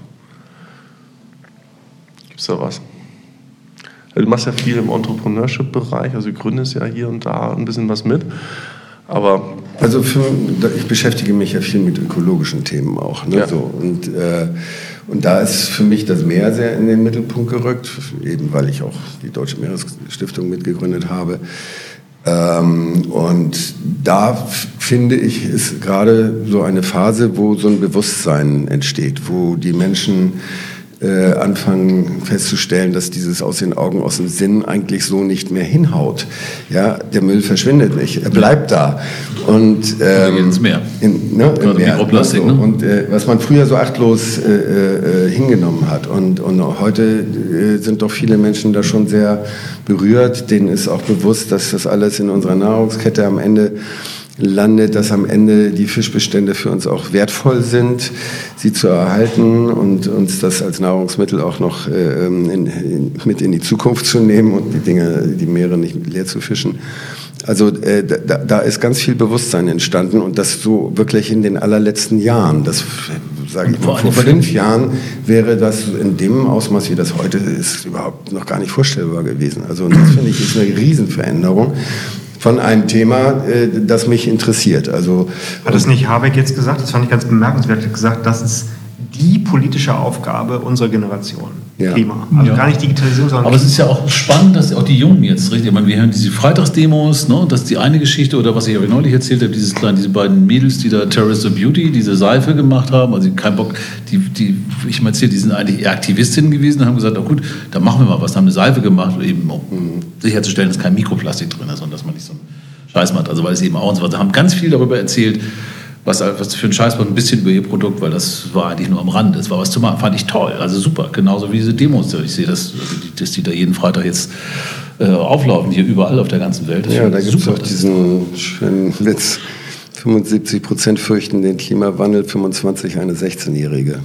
Gibt's da was? Also du machst ja viel im Entrepreneurship-Bereich, also du gründest ja hier und da ein bisschen was mit. Aber Also für, ich beschäftige mich ja viel mit ökologischen Themen auch. Ne? Ja. So, und, äh, und da ist für mich das Meer sehr in den Mittelpunkt gerückt, eben weil ich auch die Deutsche Meeresstiftung mitgegründet habe. Ähm, und da f- finde ich, ist gerade so eine Phase, wo so ein Bewusstsein entsteht, wo die Menschen äh, anfangen festzustellen, dass dieses aus den Augen, aus dem Sinn eigentlich so nicht mehr hinhaut. Ja, der Müll verschwindet nicht, er bleibt da. Und ähm, ins Meer. In, ne, im Gerade Meer. Mikroplastik, So. ne? Und äh, was man früher so achtlos äh, äh, hingenommen hat. Und, und heute äh, sind doch viele Menschen da schon sehr berührt. Denen ist auch bewusst, dass das alles in unserer Nahrungskette am Ende landet, dass am Ende die Fischbestände für uns auch wertvoll sind, sie zu erhalten und uns das als Nahrungsmittel auch noch äh, in, in, mit in die Zukunft zu nehmen und die Dinge, die Meere nicht leer zu fischen. Also äh, da, da ist ganz viel Bewusstsein entstanden und das so wirklich in den allerletzten Jahren. Das sage ich mal, vor fünf Jahren wäre das in dem Ausmaß, wie das heute ist, überhaupt noch gar nicht vorstellbar gewesen. Also und das finde ich ist eine Riesenveränderung von einem Thema, äh, das mich interessiert. Also, Hat das nicht Habeck jetzt gesagt? Das fand ich ganz bemerkenswert. Er hat gesagt, das ist die politische Aufgabe unserer Generation. Ja. Klima. Also Ja. gar nicht Digitalisierung, sondern Aber es ist ja auch spannend, dass auch die Jungen jetzt richtig, ich meine, wir hören diese Freitagsdemos, ne, das ist die eine Geschichte, oder was ich aber neulich erzählt habe, dieses kleine, diese beiden Mädels, die da Terrorist of Beauty, diese Seife gemacht haben, also kein Bock, die, die ich meine, die sind eigentlich eher Aktivistinnen gewesen und haben gesagt, oh gut, dann machen wir mal was, haben eine Seife gemacht, eben um sicherzustellen, dass kein Mikroplastik drin ist und dass man nicht so einen Scheiß macht, also weil es eben auch und so weiter, haben ganz viel darüber erzählt, was, was für ein Scheiß war, ein bisschen über ihr Produkt, weil das war eigentlich nur am Rand. Das war was zu machen, fand ich toll, also super. Genauso wie diese Demos. Ich sehe, das, also die, dass die da jeden Freitag jetzt äh, auflaufen, hier überall auf der ganzen Welt. Das ja, da gibt es auch Das- diesen schönen Witz. fünfundsiebzig Prozent fürchten den Klimawandel, fünfundzwanzig eine sechzehnjährige.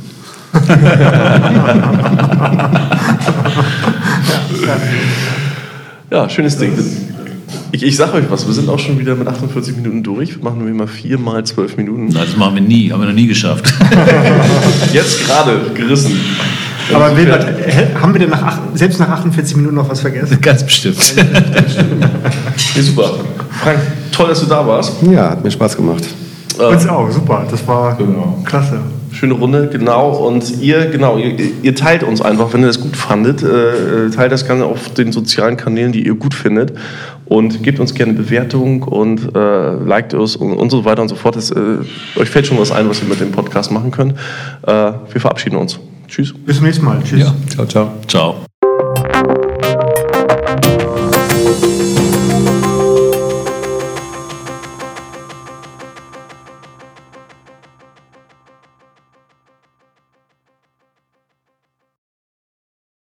ja, schönes Ding. Ich, ich sag euch was, wir sind auch schon wieder mit achtundvierzig Minuten durch. Wir machen nur immer vier mal zwölf Minuten. Nein, das machen wir nie, haben wir noch nie geschafft. Jetzt gerade gerissen. Aber Wilbert, äh, haben wir denn nach acht, selbst nach achtundvierzig Minuten noch was vergessen? Ganz bestimmt. Nee, super. Frank, toll, dass du da warst. Ja, hat mir Spaß gemacht. Uns auch, super. Das war Genau. klasse. Schöne Runde, genau. Und ihr, genau, ihr, ihr teilt uns einfach, wenn ihr das gut fandet. Äh, teilt das Ganze auf den sozialen Kanälen, die ihr gut findet. Und gebt uns gerne Bewertung und äh, liked uns und, und so weiter und so fort. Das, äh, euch fällt schon was ein, was ihr mit dem Podcast machen könnt. Äh, wir verabschieden uns. Tschüss. Bis zum nächsten Mal. Tschüss. Ja. Ciao, ciao. Ciao.